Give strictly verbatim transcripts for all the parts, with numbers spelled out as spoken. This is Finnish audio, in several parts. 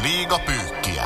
liigapyykkiä.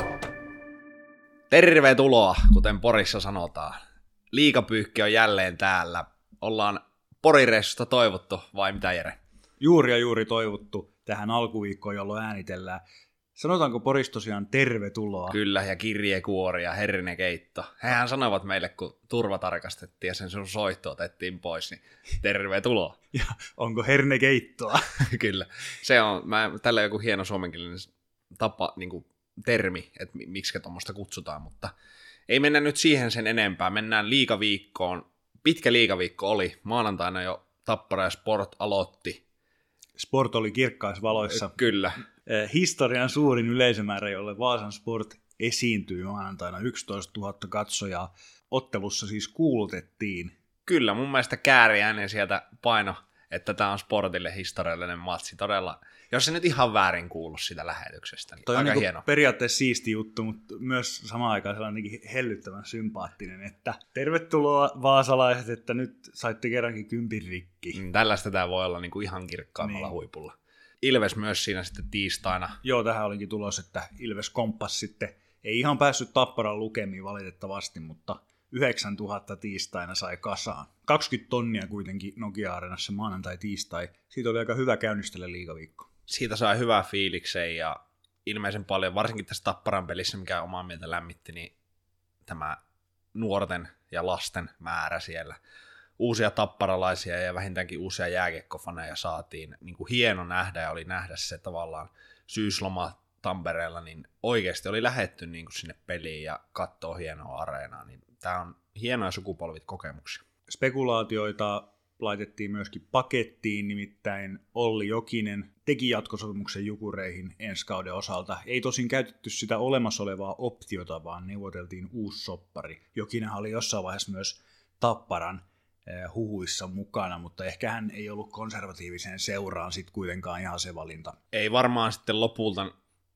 Tervetuloa, kuten Porissa sanotaan. Liigapyykki on jälleen täällä. Ollaan Porireissusta toivottu, vai mitä Jere? Juuri ja juuri toivottu tähän alkuviikkoon, jolloin äänitellään. Sanotaanko Porissa tosiaan tervetuloa? Kyllä, ja kirjekuori ja hernekeitto. Hehän sanoivat meille, kun turva tarkastettiin ja sen sun soitto otettiin pois, niin tervetuloa. Ja onko hernekeittoa? Kyllä. Se on, mä, tällä on joku hieno suomenkielinen tapa, niin kuin termi, että miksi tuommoista kutsutaan, mutta ei mennä nyt siihen sen enempää. Mennään liigaviikkoon. Pitkä liigaviikko oli. Maanantaina jo Tappara ja Sport aloitti. Sport oli kirkkaisvaloissa. Kyllä. Historian suurin yleisömäärä, jolle Vaasan Sport esiintyi maanantaina yksitoistatuhatta katsojaa. Ottelussa siis kuulutettiin. Kyllä, mun mielestä kääriäinen sieltä paino, että tämä on Sportille historiallinen matsi. Todella, jos se nyt ihan väärin kuulu sitä lähetyksestä, niin toi aika on hieno. Niin periaatteessa siisti juttu, mutta myös samaan aikaan sellainenkin hellyttävän sympaattinen, että tervetuloa vaasalaiset, että nyt saitte kerrankin kympin rikki. Mm, tällaista tämä voi olla niin kuin ihan kirkkaimmalla niin. Huipulla. Ilves myös siinä sitten tiistaina. Joo, tähän olikin tulos, että Ilves komppasi sitten. Ei ihan päässyt Tapparan lukemiin valitettavasti, mutta yhdeksäntuhatta tiistaina sai kasaan. kaksikymmentä tonnia kuitenkin Nokia-areenassa maanantai-tiistai. Siitä oli aika hyvä käynnistellä liigaviikko. Siitä sai hyvää fiiliksen ja ilmeisen paljon, varsinkin tässä Tapparan pelissä, mikä omaa mieltä lämmitti, niin tämä nuorten ja lasten määrä siellä. Uusia tapparalaisia ja vähintäänkin uusia jääkiekkofaneja saatiin. Niin kuin hieno nähdä ja oli nähdä se tavallaan syysloma Tampereella, niin oikeasti oli lähetty niin kuin sinne peliin ja katsoo hienoa areenaa. Niin tämä on hienoja sukupolvit kokemuksia. Spekulaatioita laitettiin myöskin pakettiin, nimittäin Olli Jokinen teki jatkosopimuksen Jukureihin ensi kauden osalta. Ei tosin käytetty sitä olemassa olevaa optiota, vaan neuvoteltiin uusi soppari. Jokinenhan oli jossain vaiheessa myös Tapparan huhuissa mukana, mutta ehkä hän ei ollut konservatiiviseen seuraan sitten kuitenkaan ihan se valinta. Ei varmaan sitten lopulta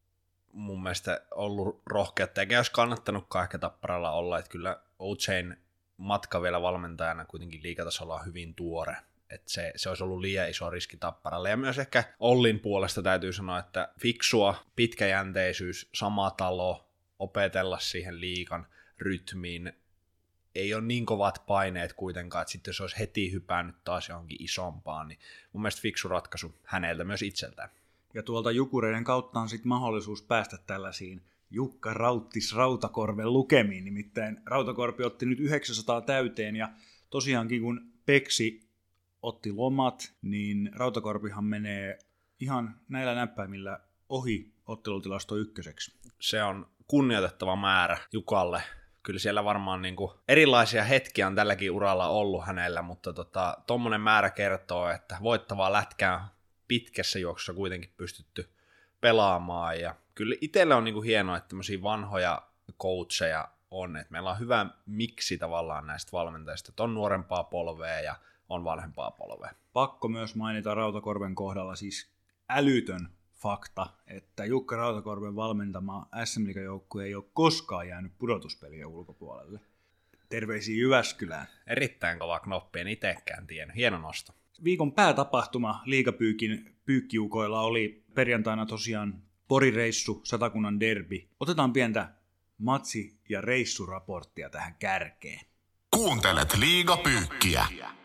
mun mielestä ollut rohkeutta, eikä olisi kannattanutkaan ehkä Tapparalla olla, että kyllä O J:n matka vielä valmentajana kuitenkin liigatasolla on hyvin tuore, että se, se olisi ollut liian iso riski Tapparalle, ja myös ehkä Ollin puolesta täytyy sanoa, että fiksua, pitkäjänteisyys, sama talo, opetella siihen liigan rytmiin, ei ole niin kovat paineet kuitenkaan, että sitten jos olisi heti hypännyt taas johonkin isompaan, niin mun mielestä fiksu ratkaisu häneltä myös itseltään. Ja tuolta Jukureiden kautta on sitten mahdollisuus päästä tällaisiin Jukka Rauttis Rautakorven lukemiin, nimittäin Rautakorpi otti nyt yhdeksänsataa täyteen, ja tosiaankin kun Peksi otti lomat, niin Rautakorpihan menee ihan näillä näppäimillä ohi ottelutilasto ykköseksi. Se on kunnioitettava määrä Jukalle. Kyllä siellä varmaan niin kuin erilaisia hetkiä on tälläkin uralla ollut hänellä, mutta tota, tommonen määrä kertoo, että voittavaa lätkää pitkässä juoksussa kuitenkin pystytty pelaamaan. Ja kyllä itselle on niin kuin hienoa, että tämmöisiä vanhoja coacheja on, että meillä on hyvä miksi tavallaan näistä valmentajista, että on nuorempaa polvea ja on vanhempaa polvea. Pakko myös mainita Rautakorven kohdalla siis älytön fakta, että Jukka Rautakorven valmentama S M-liigajoukkue ei ole koskaan jäänyt pudotuspelien ulkopuolelle. Terveisiä Jyväskylään. Erittäin kova knoppi, en itsekään tiennyt. Hieno nosto. Viikon päätapahtuma liigapyykin pyykkiukoilla oli perjantaina tosiaan Porireissu, Satakunnan derbi. Otetaan pientä matsi- ja reissuraporttia tähän kärkeen. Kuuntelet liigapyykkiä.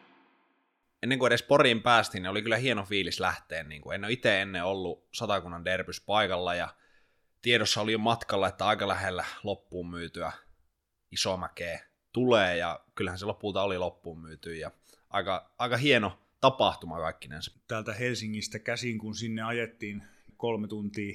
Ennen kuin edes Poriin päästiin, niin oli kyllä hieno fiilis lähteä. Niin kuin en ole itse ennen ollut Satakunnan derbys paikalla, ja tiedossa oli jo matkalla, että aika lähellä loppuun myytyä Isomäkeä tulee, ja kyllähän se lopulta oli loppuun myyty, ja aika, aika hieno tapahtuma kaikkinensa. Täältä Helsingistä käsin, kun sinne ajettiin kolme tuntia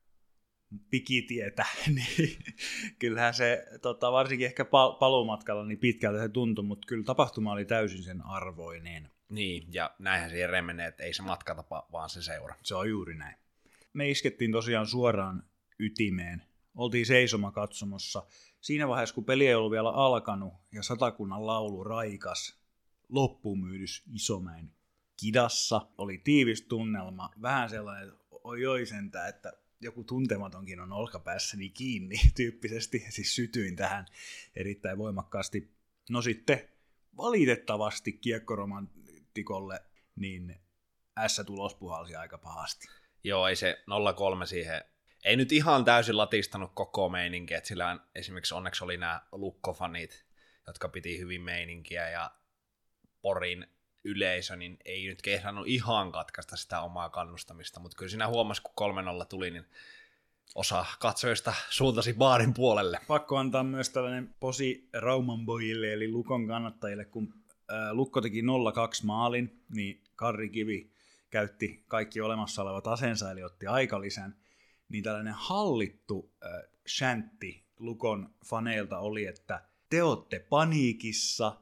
pikitietä, niin kyllähän se tota, varsinkin ehkä pal- paluumatkalla niin pitkältä se tuntui, mutta kyllä tapahtuma oli täysin sen arvoinen. Niin, ja näinhän siihen remenee, että ei se matkatapa, vaan se seura. Se on juuri näin. Me iskettiin tosiaan suoraan ytimeen. Oltiin seisomakatsomossa. Siinä vaiheessa, kun peli ei ollut vielä alkanut ja Satakunnan laulu raikas loppuumyydys Isomäen kidassa, oli tiivis tunnelma. Vähän sellainen, että oi oi sentään, että joku tuntematonkin on olkapäässäni kiinni tyyppisesti. Siis sytyin tähän erittäin voimakkaasti. No sitten valitettavasti kiekkoromanttikolle niin S-tulos puhalsi aika pahasti. Joo, ei se nolla kolme siihen ei nyt ihan täysin latistanut koko meininkiä, että sillä esimerkiksi onneksi oli nämä lukkofanit, jotka piti hyvin meininkiä, ja Porin yleisö, niin ei nyt kehdannut ihan katkaista sitä omaa kannustamista, mutta kyllä siinä huomasi, kun kolme nolla tuli, niin osa katsojista suuntasi baarin puolelle. Pakko antaa myös tällainen posi Rauman pojille, eli Lukon kannattajille, kun ää, Lukko teki nolla kaksi maalin, niin Karri Kivi käytti kaikki olemassa olevat aseensa, eli otti aikalisän, niin tällainen hallittu äh, shantti Lukon faneilta oli, että te ootte paniikissa,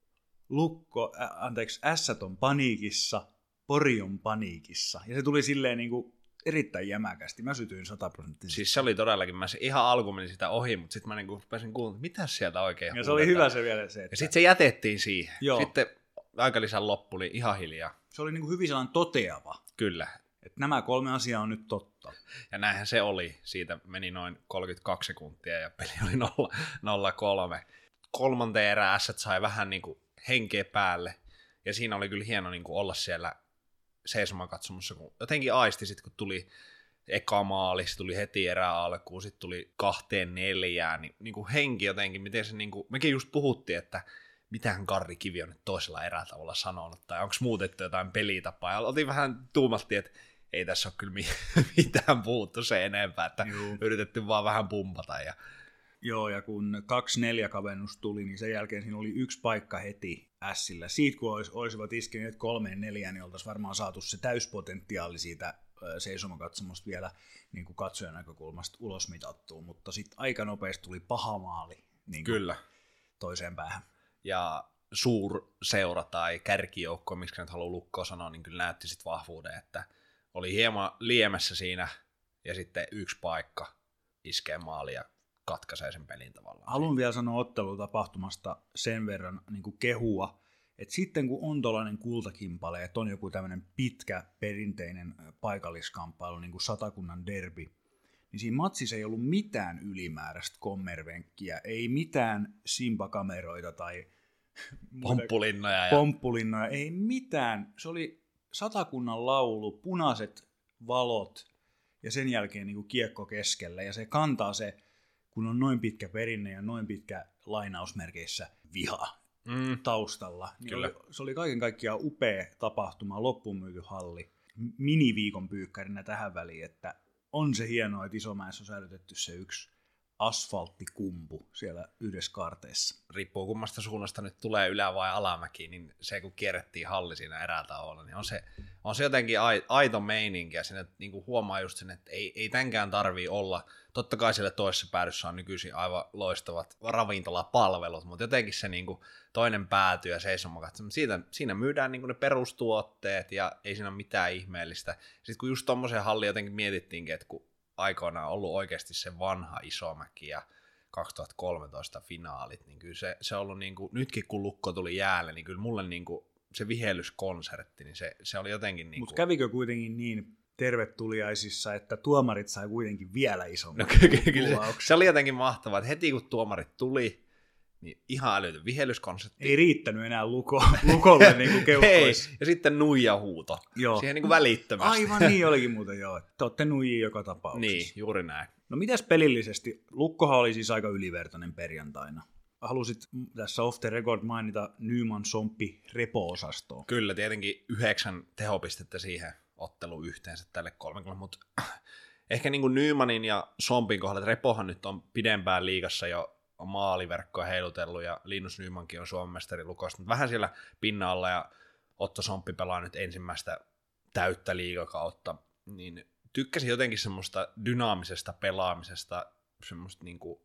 Lukko, äh, anteeksi, ässät on paniikissa, Pori on paniikissa. Ja se tuli silleen niin kuin erittäin jämäkästi. Mä sytyin sataprosenttisesti. Siis se oli todellakin, mä ihan alkuun menin sitä ohi, mutta sitten mä niin pääsin kuulemaan, mitä sieltä oikein Ja huudetaan. se oli hyvä se vielä se, että... Ja sitten se jätettiin siihen. Joo. Sitten aikalisän loppu oli ihan hiljaa. Se oli niin kuin hyvin sellainen toteava. Kyllä. Että nämä kolme asiaa on nyt totta. Ja näinhän se oli. Siitä meni noin kolmekymmentäkaksi sekuntia ja peli oli nolla kolme. Kolmanteen erään ässät sai vähän niin kuin henkeä päälle. Ja siinä oli kyllä hieno niin kuin olla siellä seisomakatsomussa, kun jotenkin aisti sit, kun tuli eka maali, se tuli heti erään alkuun, sitten tuli kahteen neljään, niin, niin kuin henki jotenkin, miten se niin kuin, mekin just puhuttiin, että mitähän Karri Kivi on nyt toisella erää tavalla sanonut, tai onko muutettu jotain pelitapaa, ja oltiin vähän tuumattiin, että ei tässä ole kyllä mitään puhuttu se enempää, että Juu. yritetty vaan vähän pumpata. Ja... Joo, ja kun kaksi neljä kavennus tuli, niin sen jälkeen siinä oli yksi paikka heti ässillä. Siitä kun olis, olisivat iskeneet kolmeen neljään, niin oltaisiin varmaan saatu se täyspotentiaali siitä seisomakatsomusta vielä niin kuin katsojan näkökulmasta ulos mitattua, mutta sitten aika nopeasti tuli paha maali niin Kyllä. toiseen päähän. Ja suurseura tai kärkijoukko, miksi nyt haluaa Lukkoa sanoa, niin kyllä näytti sitten vahvuuden, että oli hieman liemessä siinä ja sitten yksi paikka iskee maali ja katkaisee sen pelin tavallaan. Haluan vielä sanoa ottelutapahtumasta sen verran niin kuin kehua, että sitten kun on tuollainen kultakimpale, että on joku tämmöinen pitkä perinteinen paikalliskamppailu, niin kuin Satakunnan derby, niin siinä matsissa ei ollut mitään ylimääräistä kommervenkkiä, ei mitään simpakameroita tai pomppulinnoja, ja... pomppulinnoja, ei mitään. Se oli Satakunnan laulu, punaiset valot ja sen jälkeen niin kuin kiekko keskellä ja se kantaa se, kun on noin pitkä perinne ja noin pitkä lainausmerkeissä viha mm. taustalla. Niin oli, se oli kaiken kaikkiaan upea tapahtuma, loppuun myyty halli, miniviikon pyykkärinä tähän väliin, että on se hienoa, että Isomäessä on säilytetty se yksi asfalttikumpu siellä yhdessä kaarteessa. Riippuu kummasta suunnasta nyt tulee ylä- vai alamäki, niin se kun kierrettiin halli siinä erätauolla, niin on se, on se jotenkin aito meininki, ja siinä niin kuin huomaa just sen, että ei, ei tämänkään tarvii olla. Totta kai siellä toisessa päädyssä on nykyisin aivan loistavat ravintolapalvelut, mutta jotenkin se niin kuin toinen pääty ja seisomakatsomus, siitä, siinä myydään niin kuin ne perustuotteet, ja ei siinä ole mitään ihmeellistä. Sitten kun just tommoisen hallin jotenkin mietittiinkin, että kun aikoinaan ollut oikeasti se vanha Isomäki ja kaksituhattakolmetoista finaalit, niin kyllä se, se on ollut niin kuin, nytkin kun Lukko tuli jäälle, niin kyllä mulle niin kuin se vihellyskonsertti, niin se, se oli jotenkin niin kuin... Mutta kävikö kuitenkin niin tervetuliaisissa, että tuomarit sai kuitenkin vielä isomman no, kyllä, kyllä se, se oli jotenkin mahtavaa, että heti kun tuomarit tuli, niin ihan älytön vihellyskonsertti. Ei riittänyt enää luko, lukolle niin kuin keuhkoissa. Ei, ja sitten nuijahuuto. Joo. Siihen niin kuin välittömästi. Aivan niin olikin muuten joo. Te olette nuijia joka tapauksessa. Niin, juuri näin. No mitäs pelillisesti? Lukkohan oli siis aika ylivertainen perjantaina. Halusit tässä off the record mainita Nyman Somppi repo-osastoon. Kyllä, tietenkin yhdeksän tehopistettä siihen otteluun yhteensä tälle kolmekymmentä, mutta ehkä niin kuin Nymanin ja Sompin kohdalla, Repohan nyt on pidempään liigassa jo maaliverkkoa heilutellut ja Linus Nymankin on Suomen mestari Lukosta, mutta vähän siellä pinnalla ja Otto Somppi pelaa nyt ensimmäistä täyttä liigakautta, niin tykkäsin jotenkin semmoista dynaamisesta pelaamisesta, semmoista niinku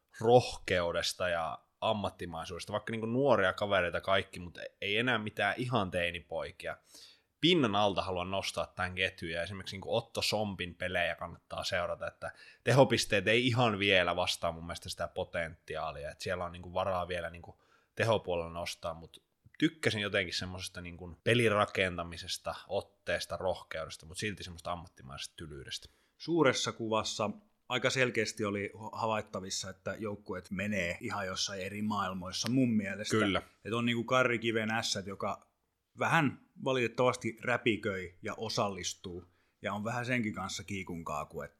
rohkeudesta ja ammattimaisuudesta, vaikka niinku nuoria kavereita kaikki, mutta ei enää mitään ihan teinipoikia. Pinnan alta haluan nostaa tämän ketjun, ja esimerkiksi niin Otto Sompin pelejä kannattaa seurata, että tehopisteet ei ihan vielä vastaa mun mielestä sitä potentiaalia, että siellä on niin kuin varaa vielä niin kuin tehopuolella nostaa, mutta tykkäsin jotenkin semmoisesta niin kuin pelirakentamisesta, otteesta, rohkeudesta, mutta silti semmoista ammattimaisesta tylyydestä. Suuressa kuvassa aika selkeästi oli havaittavissa, että joukkueet menee ihan jossain eri maailmoissa mun mielestä. Kyllä. Että on niin kuin Karri Kiven ässät, joka vähän valitettavasti räpiköi ja osallistuu, ja on vähän senkin kanssa kiikun kaaku, että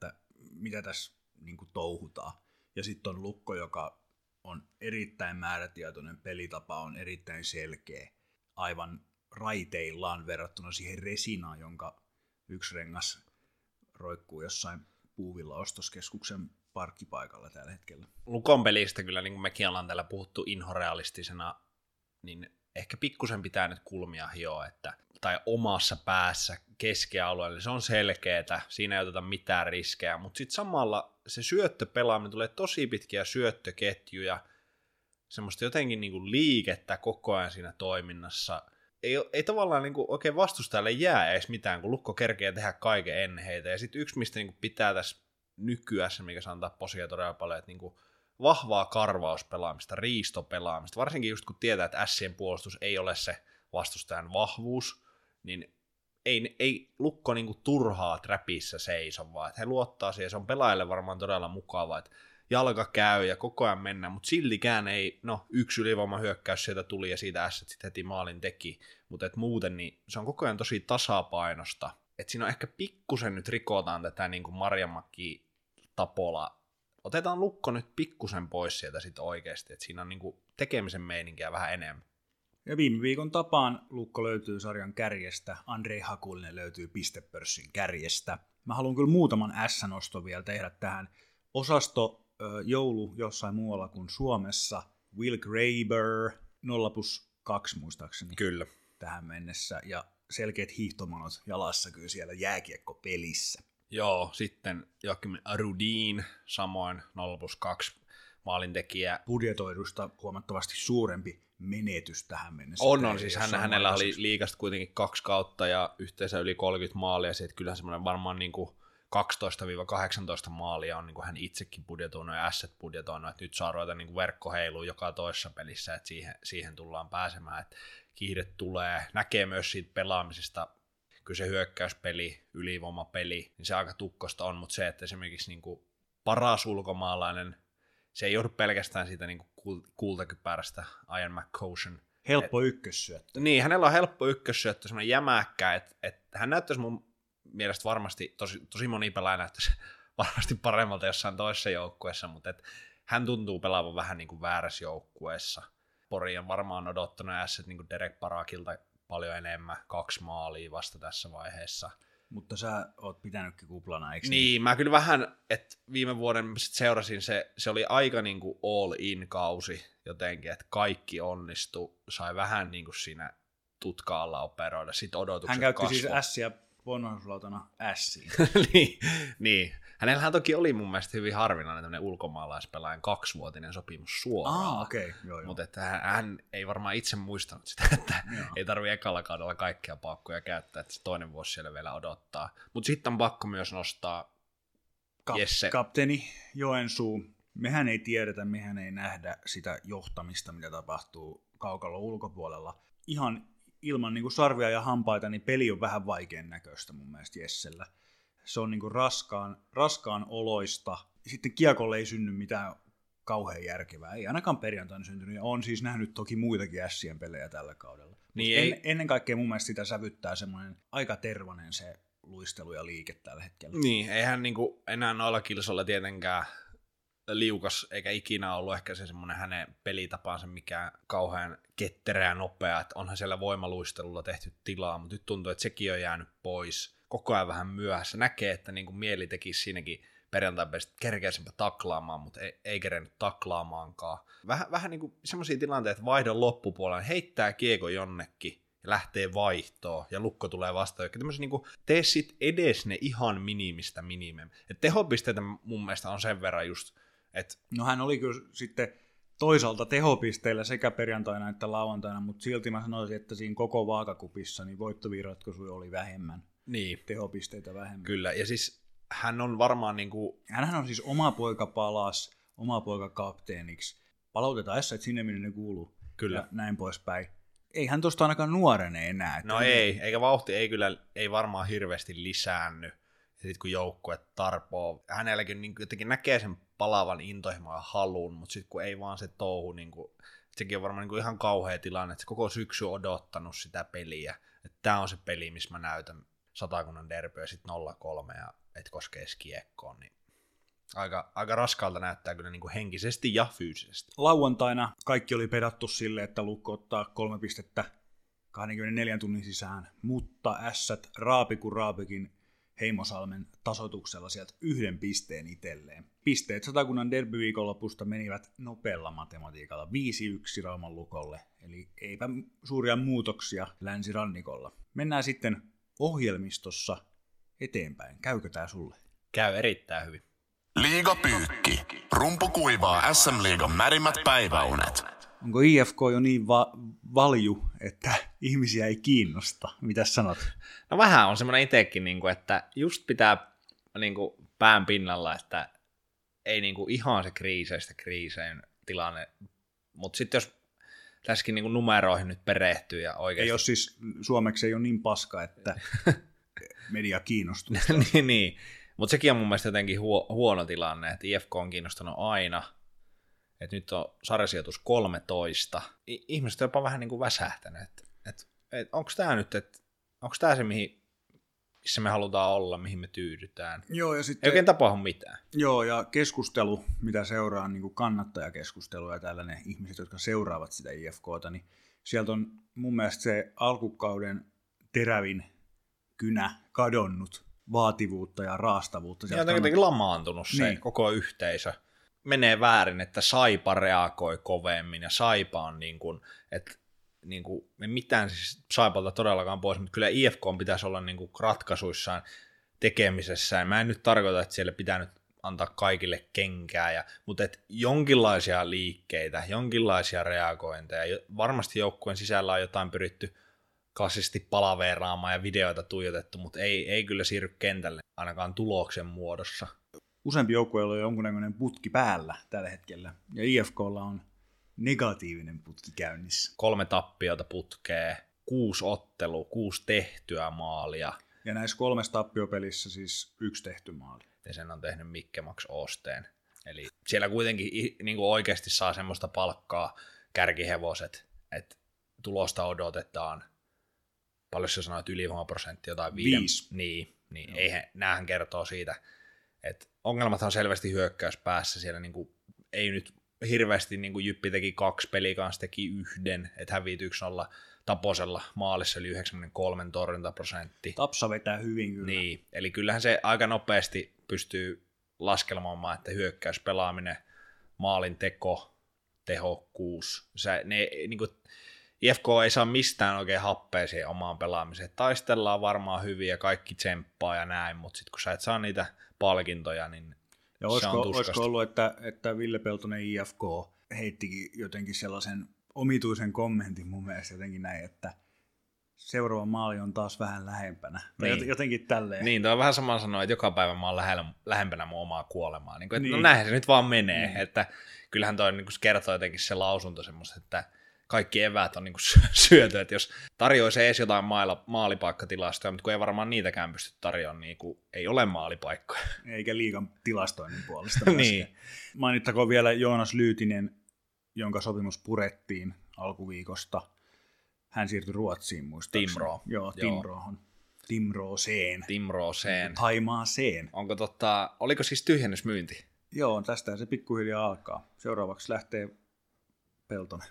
mitä tässä niin kuin touhutaan. Ja sitten on Lukko, joka on erittäin määrätietoinen, pelitapa on erittäin selkeä, aivan raiteillaan verrattuna siihen Resinaan, jonka yksi rengas roikkuu jossain puuvilla ostoskeskuksen parkkipaikalla tällä hetkellä. Lukon pelistä kyllä, niin kuin mekin ollaan täällä puhuttu inhorealistisena, niin ehkä pikkusen pitää nyt kulmia hioa, että, tai omassa päässä keskialueella, se on selkeätä, siinä ei oteta mitään riskejä, mutta sitten samalla se syöttöpelaaminen tulee tosi pitkiä syöttöketjuja, semmoista jotenkin niin kuin liikettä koko ajan siinä toiminnassa. Ei, ei tavallaan niin kuin oikein vastustajalle jää edes mitään, kun Lukko kerkee tehdä kaiken ennen heitä. Ja sitten yksi, mistä niin kuin pitää tässä nykyässä, mikä saa antaa posia todella paljon, että niin kuin vahvaa karvauspelaamista, riistopelaamista, varsinkin just kun tietää, että Ässien puolustus ei ole se vastustajan vahvuus, niin ei, ei Lukko niinku turhaa träpissä seiso, vaan että he luottaa siihen, se on pelaajille varmaan todella mukavaa, että jalka käy ja koko ajan mennään, mutta siltikään ei, no yksi ylivoimahyökkäys sieltä tuli ja siitä Ässät sitten heti maalin teki, mutta et muuten niin se on koko ajan tosi tasapainosta, että siinä on ehkä pikkusen nyt rikotaan tätä niin kuin Marjamäki Tapola, otetaan Lukko nyt pikkusen pois sieltä sitten oikeasti, että siinä on niin kuin tekemisen meininkiä vähän enemmän. Ja viime viikon tapaan Lukko löytyy sarjan kärjestä, Andrei Hakulinen löytyy pistepörssin kärjestä. Mä haluan kyllä muutaman S-noston vielä tehdä tähän. Osasto ö, joulu jossain muualla kuin Suomessa, Will Graber, nolla plus kaksi muistaakseni Kyllä. tähän mennessä, ja selkeät hiihtomanot jalassa kyllä siellä jääkiekkopelissä. Joo, sitten Joakim Rudin, samoin nolla plus kaksi maalintekijä. Budjetoidusta huomattavasti suurempi menetys tähän mennessä. On, on siis hän, hänellä oli liigasta kuitenkin kaksi kautta ja yhteensä yli kolmekymmentä maalia, ja kyllähän semmoinen varmaan niin kuin kaksitoista kahdeksantoista maalia on niin kuin hän itsekin budjetoinut ja Ässät budjetoinut, että nyt saa ruveta niin kuin verkkoheiluun joka toisessa pelissä, että siihen, siihen tullaan pääsemään, että kiire tulee, näkee myös siitä pelaamisesta, kyllä se hyökkäyspeli, ylivoimapeli, niin se aika tukkosta on, mutta se, että esimerkiksi niin kuin paras ulkomaalainen, se ei johdu pelkästään siitä niin kuin kultakypärästä Ian McCoshen. Helppo ykkössyöttö. Niin, hänellä on helppo ykkössyöttö, semmoinen jämäkkä, että, että hän näyttäisi mun mielestä varmasti, tosi, tosi moni pelaaja näyttäisi varmasti paremmalta jossain toisessa joukkueessa, mutta että hän tuntuu pelaavan vähän niin kuin väärässä joukkueessa. Pori on varmaan odottanut ässät niin kuin Derek Parakilta paljon enemmän, kaksi maalia vasta tässä vaiheessa. Mutta sä oot pitänytkin kuplana, eikö niin? Niin, mä kyllä vähän, että viime vuoden sit seurasin, se, se oli aika niin kuin all-in-kausi jotenkin, että kaikki onnistui, sai vähän niin kuin siinä tutkaalla operoida, sitten odotukset Hän käytti kasvoi. siis ässiä bonnuslautana ässiin. niin, niin. Hänellähän toki oli mun mielestä hyvin harvinainen tämmöinen ulkomaalaispelaajan kaksivuotinen sopimus suoraan. Ah, okei. Okay. Joo, joo. Mutta että hän, hän ei varmaan itse muistanut sitä, että joo. ei tarvitse ekalla kaudella kaikkia pakkoja käyttää, että se toinen vuosi siellä vielä odottaa. Mutta sitten on pakko myös nostaa Kap- Jesse. Kapteeni Joensuu. Mehän ei tiedetä, mehän ei nähdä sitä johtamista, mitä tapahtuu kaukalon ulkopuolella. Ihan ilman niin kuin sarvia ja hampaita, niin peli on vähän vaikean näköistä mun mielestä Jessellä. Se on niin kuin raskaan, raskaan oloista. Sitten kiekolle ei synny mitään kauhean järkevää. Ei ainakaan perjantaina syntynyt. Ja on siis nähnyt toki muitakin ässien pelejä tällä kaudella. Niin en, ei... Ennen kaikkea mun mielestä sitä sävyttää semmoinen aika tervainen se luistelu ja liike tällä hetkellä. Niin, eihän niin kuin enää noilla kilsoilla tietenkään liukas, eikä ikinä ollut ehkä se semmoinen hänen pelitapansa mikään kauhean ketterä ja nopea, että onhan siellä voimaluistelulla tehty tilaa, mutta nyt tuntuu, että sekin on jäänyt pois koko ajan vähän myöhässä. Näkee, että niin kuin mieli tekisi siinäkin perjantai-pelistä kerkeäisempä taklaamaan, mutta ei, ei kerennyt taklaamaankaan. Vähän, vähän niin kuin semmoisia tilanteita, että vaihdon loppupuolella heittää kiekko jonnekin ja lähtee vaihtoon ja Lukko tulee vastaan. Tämmöisen niin kuin, tee sit edes ne ihan minimistä minimem. Et tehopisteitä mun mielestä on sen verran just, että... No hän oli kyllä sitten toisaalta tehopisteillä sekä perjantaina että lauantaina, mutta silti mä sanoisin, että siinä koko vaakakupissa niin voittavia ratkaisuja oli vähemmän. Niin. Tehopisteitä vähemmän. Kyllä, ja siis hän on varmaan niin kuin... Hänhän on siis oma poika palas, oma poika kapteeniksi. Palautetaan S, että sinne minne ne kuuluu. Kyllä. Ja näin poispäin. Ei hän tuosta ainakaan nuorene enää. No ei, eikä vauhti ei kyllä, ei varmaan hirveästi lisäänny. Ja sitten kun joukkue tarpoo, hänelläkin niin jotenkin näkee sen palavan intohimoa ja halun, mutta sitten kun ei vaan se touhu, niin kuin, sekin on varmaan niin kuin ihan kauhea tilanne, että se koko syksy on odottanut sitä peliä. Että tämä on se peli, missä mä näytän Satakunnan derbyä ja sitten nolla kolme ja et koskee kiekkoon, niin Aika, aika raskalta näyttää kyllä niin kuin henkisesti ja fyysisesti. Lauantaina kaikki oli pedattu sille, että Lukko ottaa kolme pistettä kaksikymmentäneljä tunnin sisään, mutta ässät raapi kuin raapikin Heimosalmen tasoituksella sieltä yhden pisteen itselleen. Pisteet Satakunnan derbyviikonlopusta menivät nopealla matematiikalla viisi yksi Rauman Lukolle, eli eipä suuria muutoksia länsirannikolla. Mennään sitten ohjelmistossa eteenpäin. Käykö tää sulle? Käy erittäin hyvin. Liigapyykki. Rumpu kuivaa S M-liigan märimmät päiväunet. Onko I F K jo niin va- valju, että ihmisiä ei kiinnosta? Mitäs sanot? No vähän on semmoinen itsekin, että just pitää pään pinnalla, että ei ihan se kriiseistä kriiseen tilanne, mutta sitten jos tässäkin numeroihin nyt perehtyy ja oikeasti... Ei ole siis, suomeksi ei ole niin paska, että media kiinnostuu. niin, niin. Mutta sekin on mun mielestä jotenkin huo- huono tilanne, että I F K on kiinnostanut aina, että nyt on sarjasijoitus kolmetoista. I- ihmiset on jopa vähän niin kuin väsähtänyt, että et, et, onko tämä nyt, että onko tämä se, mihin, missä me halutaan olla, mihin me tyydytään. Joo, ja sitten, ei oikein tapahdu mitään. Joo, ja keskustelu, mitä seuraa, niin kuin kannattajakeskustelu ja tällainen ihmiset, jotka seuraavat sitä I F K:ta, niin sieltä on mun mielestä se alkukauden terävin kynä kadonnut vaativuutta ja raastavuutta. Ja on jotenkin lamaantunut se niin. Koko yhteisö. Menee väärin, että Saipa reagoi kovemmin ja Saipa on niin kuin, että niin kuin, me mitään siis Saipalta todellakaan pois, mutta kyllä I F K pitäisi olla niin kuin ratkaisuissaan tekemisessään. Mä en nyt tarkoita, että siellä pitää nyt antaa kaikille kenkää, ja, mutta että jonkinlaisia liikkeitä, jonkinlaisia reagointeja. Varmasti joukkueen sisällä on jotain pyritty klassisesti palaveeraamaan ja videoita tuijotettu, mutta ei, ei kyllä siirry kentälle ainakaan tuloksen muodossa. Useampi joukkueella on jonkunnäköinen putki päällä tällä hetkellä, ja I F K:lla on negatiivinen putki käynnissä. Kolme tappiota putkee, kuusi ottelu, kuusi tehtyä maalia. Ja näissä kolmessa tappiopelissä siis yksi tehty maali. Ja sen on tehnyt Mikke Max Osteen. Eli siellä kuitenkin niin kuin oikeasti saa semmoista palkkaa kärkihevoset, että tulosta odotetaan. Paljon sä sanoit ylivoimaprosentti, jotain viiden. Viisi. Niin, niin eihän, näähän kertoo siitä, että ongelmat on selvästi hyökkäyspäässä. Siellä niin kuin, ei nyt hirveästi, niin kuin Jyppi teki kaksi, peli kanssa teki yhden, että häviit yksi nolla Taposella maalissa eli yhdeksänkymmentäkolme torjuntaprosentti. Tapsa vetää hyvin kyllä. Niin, eli kyllähän se aika nopeasti pystyy laskelmaan, että hyökkäyspelaaminen, maalin teko, tehokkuus, se, ne, niin kuin, I F K ei saa mistään oikein happea siihen omaan pelaamiseen. Taistellaan varmaan hyvin ja kaikki tsemppaa ja näin, mutta sitten kun sä et saa niitä palkintoja, niin ja se olisiko, on tuskasta. olisiko ollut, että, että Ville Peltonen I F K heittikin jotenkin sellaisen omituisen kommentin mun mielestä jotenkin näin, että seuraava maali on taas vähän lähempänä. Niin. Tai jotenkin tälleen. Niin, toi on vähän sama sanoa, että joka päivä mä oon lähellä, lähempänä mun omaa kuolemaa. Niin kuin, että niin. No näinhän se nyt vaan menee. Niin. Että kyllähän toi niin kuin kertoo jotenkin se lausunto semmoista, että kaikki eväät on niin kuin syöty. Että jos tarjoisi edes jotain maila, maalipaikkatilastoja, mutta kun ei varmaan niitäkään pysty tarjoamaan, niin kuin ei ole maalipaikkoja. Eikä liigan tilastoinnin puolesta. Niin. Mainittakoon vielä Joonas Lyytinen, jonka sopimus purettiin alkuviikosta. Hän siirtyi Ruotsiin muistaakseni. Timroo. Joo, Timroohon. Timrooseen. Timrooseen. Haimaaseen. Onko totta, oliko siis tyhjennysmyynti? Joo, tästä se pikkuhiljaa alkaa. Seuraavaksi lähtee Peltonen.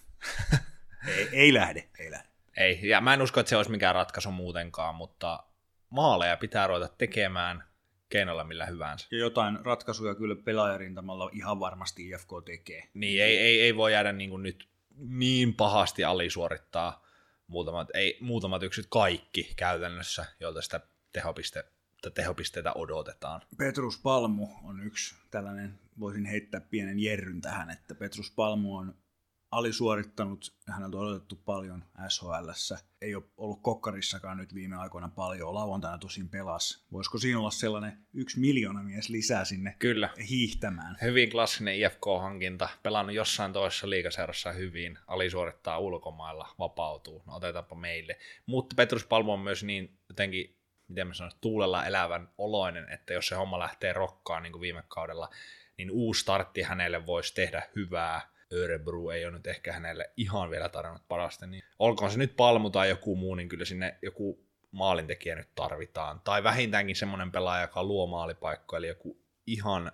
ei, ei lähde, ei lähde. Ei, ja mä en usko, että se olisi mikään ratkaisu muutenkaan, mutta maaleja pitää ruveta tekemään keinolla millä hyvänsä. Ja jotain ratkaisuja kyllä pelaajarintamalla ihan varmasti I F K tekee. Niin, ei, ei, ei voi jäädä niin kuin nyt niin pahasti alisuorittaa muutamat, ei, muutamat yksit kaikki käytännössä, joilta sitä tehopiste, tehopisteitä odotetaan. Petrus Palmu on yksi tällainen, voisin heittää pienen jerryn tähän, että Petrus Palmu on alisuorittanut, häneltä on odotettu paljon S H L:ssä. Ei ole ollut kokkarissakaan nyt viime aikoina paljon, lauantaina tosin pelas. Voisiko siinä olla sellainen yksi miljoona mies lisää sinne Kyllä. hiihtämään? Hyvin klassinen I F K-hankinta, pelannut jossain toisessa liigaseurassa hyvin, alisuorittaa ulkomailla, vapautuu, no otetaanpa meille. Mutta Petrus Palmu on myös niin jotenkin, miten mä sanoisin, tuulella elävän oloinen, että jos se homma lähtee rokkaan niin kuin viime kaudella, niin uusi startti hänelle voisi tehdä hyvää. Örebro ei ole nyt ehkä hänelle ihan vielä tarjonnut parasta, niin olkoon se nyt Palmu tai joku muu, niin kyllä sinne joku maalintekijä nyt tarvitaan. Tai vähintäänkin semmoinen pelaaja, joka luo maalipaikkoja, eli joku ihan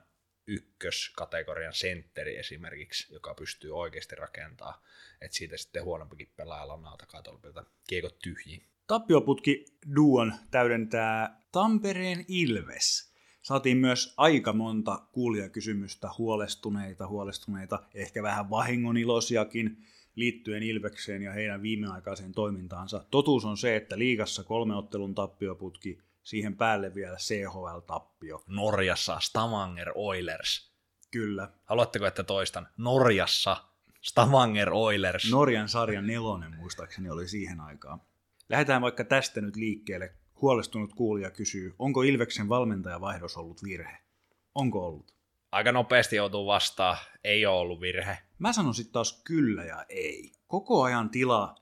ykköskategorian sentteri esimerkiksi, joka pystyy oikeasti rakentamaan, että siitä sitten huonompikin pelaaja lanaa takatolpilta kiekot tyhjiin. Tappioputki duon täydentää Tampereen Ilves. Saatiin myös aika monta kuulijakysymystä, huolestuneita, huolestuneita, ehkä vähän vahingoniloisiakin liittyen Ilvekseen ja heidän viimeaikaiseen toimintaansa. Totuus on se, että liigassa kolme ottelun tappioputki, siihen päälle vielä C H L-tappio. Norjassa Stavanger Oilers. Kyllä. Haluatteko, että toistan? Norjassa Stavanger Oilers. Norjan sarjan nelonen muistaakseni oli siihen aikaan. Lähdetään vaikka tästä nyt liikkeelle. Huolestunut kuulija kysyy, onko Ilveksen valmentajavaihdos ollut virhe? Onko ollut? Aika nopeasti joutuu vastaan, ei ole ollut virhe. Mä sanon sitten taas kyllä ja ei. Koko ajan tila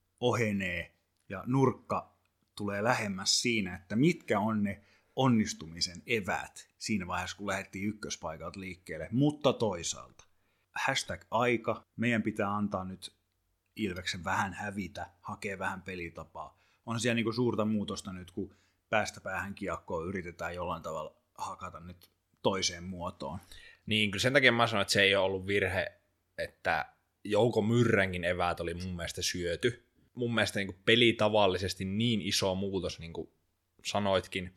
ohenee ja nurkka tulee lähemmäs siinä, että mitkä on ne onnistumisen eväät siinä vaiheessa, kun lähdettiin ykköspaikalta liikkeelle. Mutta toisaalta, hashtag aika, meidän pitää antaa nyt Ilveksen vähän hävitä, hakea vähän pelitapaa. On siellä niinku suurta muutosta nyt, kun päästä päähän kiekkoon yritetään jollain tavalla hakata nyt toiseen muotoon. Niin, kyllä sen takia mä sanoin, että se ei ole ollut virhe, että Jouko Myrränkin eväät oli mun mielestä syöty. Mun mielestä niin kuin pelitavallisesti niin iso muutos, niin kuin sanoitkin,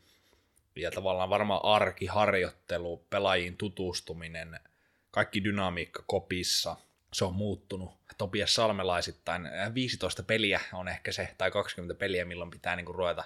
ja tavallaan varmaan arkiharjoittelu, pelaajiin tutustuminen, kaikki dynamiikka kopissa, se on muuttunut. Topias Salmelaisittain viisitoista peliä on ehkä se, tai kaksikymmentä peliä, milloin pitää niin kuin ruveta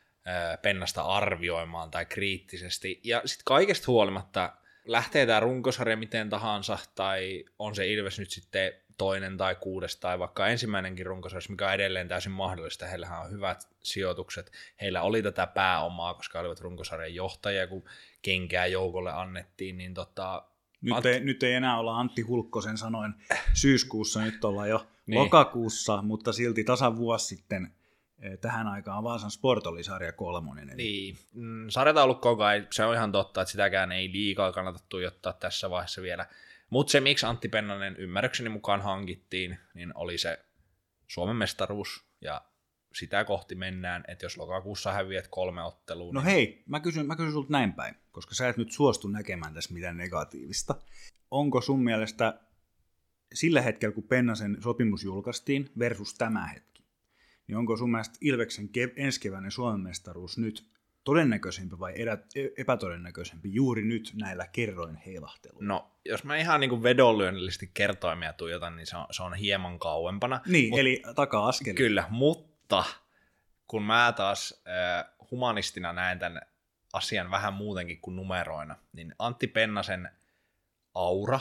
Pennasta arvioimaan tai kriittisesti. Ja sitten kaikesta huolimatta, lähtee tämä runkosarja miten tahansa, tai on se Ilves nyt sitten toinen tai kuudes, tai vaikka ensimmäinenkin runkosarja, mikä on edelleen täysin mahdollista. Heillähän on hyvät sijoitukset. Heillä oli tätä pääomaa, koska olivat runkosarjan johtajia, kun kenkää joukolle annettiin, niin tota... Nyt, Ant... ei, nyt ei enää olla Antti Hulkkosen sanoin syyskuussa, nyt ollaan jo niin. lokakuussa, mutta silti tasan vuosi sitten tähän aikaan Vaasan Sport oli sarja kolmonen. Eli... Niin, mm, sarjataulukko kai, se on ihan totta, että sitäkään ei liikaa kannata tuijottaa tässä vaiheessa vielä. Mutta se, miksi Antti Pennanen ymmärrykseni mukaan hankittiin, niin oli se Suomen mestaruus, ja sitä kohti mennään, että jos lokakuussa häviät kolme ottelua... No niin... hei, mä kysyn, mä kysyn sulta näin päin, koska sä et nyt suostu näkemään tässä mitään negatiivista. Onko sun mielestä sillä hetkellä, kun Pennasen sopimus julkaistiin versus tämä hetki, niin onko sun mielestä Ilveksen kev- ensikeväinen Suomen mestaruus nyt todennäköisempi vai edä- epätodennäköisempi juuri nyt näillä kerroin heilahteluilla? No, jos mä ihan niin kuin vedonlyönnillisesti kertoimia tuijotan, niin se on, se on hieman kauempana. Niin, Mut, eli taka-askeli. Kyllä, mutta kun mä taas äh, humanistina näen tämän asian vähän muutenkin kuin numeroina, niin Antti Pennasen aura,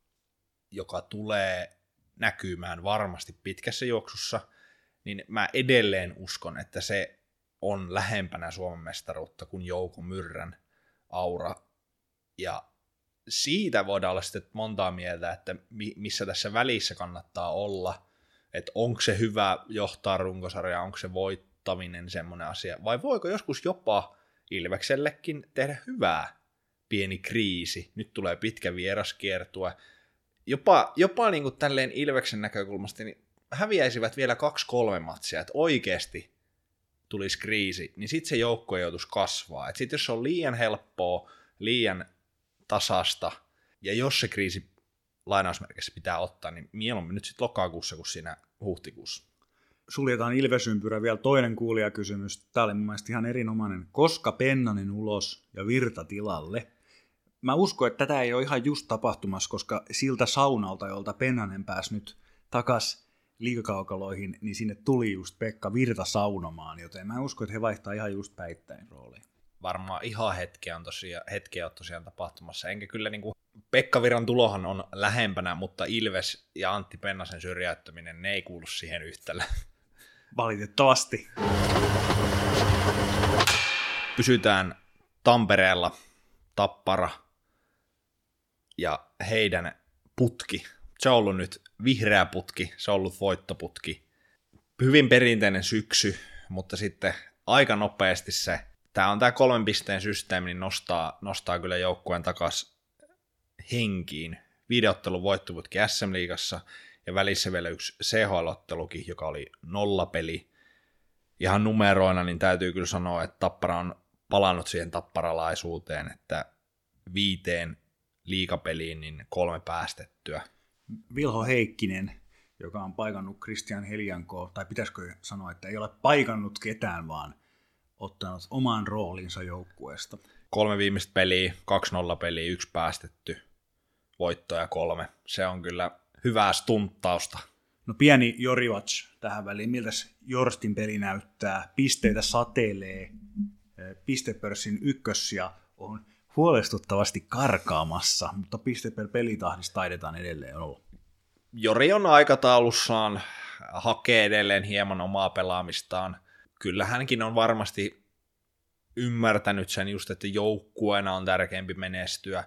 joka tulee näkymään varmasti pitkässä juoksussa, niin mä edelleen uskon, että se on lähempänä Suomen mestaruutta kuin Jouko Myrrän aura. Ja siitä voidaan olla sitten montaa mieltä, että missä tässä välissä kannattaa olla, että onko se hyvä johtaa runkosarjaa, onko se voittaminen semmoinen asia, vai voiko joskus jopa Ilveksellekin tehdä hyvää pieni kriisi. Nyt tulee pitkä vieraskiertue. Jopa, jopa niin kuin tälleen Ilveksen näkökulmasta niin häviäisivät vielä kaksi kolme matsia, että oikeasti tulisi kriisi, niin sitten se joukko joutuisi kasvaa. Sitten jos se on liian helppoa, liian tasasta, ja jos se kriisi lainausmerkissä pitää ottaa, niin mieluummin nyt sitten lokakuussa kuin siinä huhtikuussa. Suljetaan Ilves-ympyrä vielä toinen kuulijakysymys. Tämä oli mun mielestä ihan erinomainen. Koska Pennanen ulos ja Virta tilalle? Mä uskon, että tätä ei ole ihan just tapahtumassa, koska siltä saunalta, jolta Pennanen pääsi nyt takas liigakaukaloihin, niin sinne tuli just Pekka Virta saunomaan, joten mä uskon, että he vaihtaa ihan just päittäin rooliin. Varmaan ihan hetkeä on tosiaan, hetkeä on tosiaan tapahtumassa, enkä kyllä niin kuin Pekka Virran tulohan on lähempänä, mutta Ilves ja Antti Pennasen syrjäyttäminen, ne ei kuulu siihen yhtälöön. Valitettavasti. Pysytään Tampereella, Tappara ja heidän putki. Se on ollut nyt vihreä putki, se on ollut voittoputki. Hyvin perinteinen syksy, mutta sitten aika nopeasti se, tämä on tämä kolmen pisteen systeemi, niin nostaa, nostaa kyllä joukkueen takaisin henkiin. Videottelun voittoputki S M-liigassa ja välissä vielä yksi C H L-ottelukin, joka oli nollapeli. Ihan numeroina, niin täytyy kyllä sanoa, että Tappara on palannut siihen tapparalaisuuteen, että viiteen liigapeliin, niin kolme päästettyä. Vilho Heikkinen, joka on paikannut Christian Heliankoa, tai pitäisikö sanoa, että ei ole paikannut ketään, vaan ottanut oman roolinsa joukkueesta. Kolme viimeistä peliä, kaksi nolla peliä, yksi päästetty, voittoja kolme. Se on kyllä hyvää stunttausta. No pieni Jorivac tähän väliin. Miltäs Jorstin peli näyttää? Pisteitä satelee. Pistepörssin ykkössiä on huolestuttavasti karkaamassa, mutta piste per pelitahdissa taidetaan edelleen olla. Jori on aikataulussaan, hakee edelleen hieman omaa pelaamistaan. Kyllä hänkin on varmasti ymmärtänyt sen just, että joukkueena on tärkeämpi menestyä,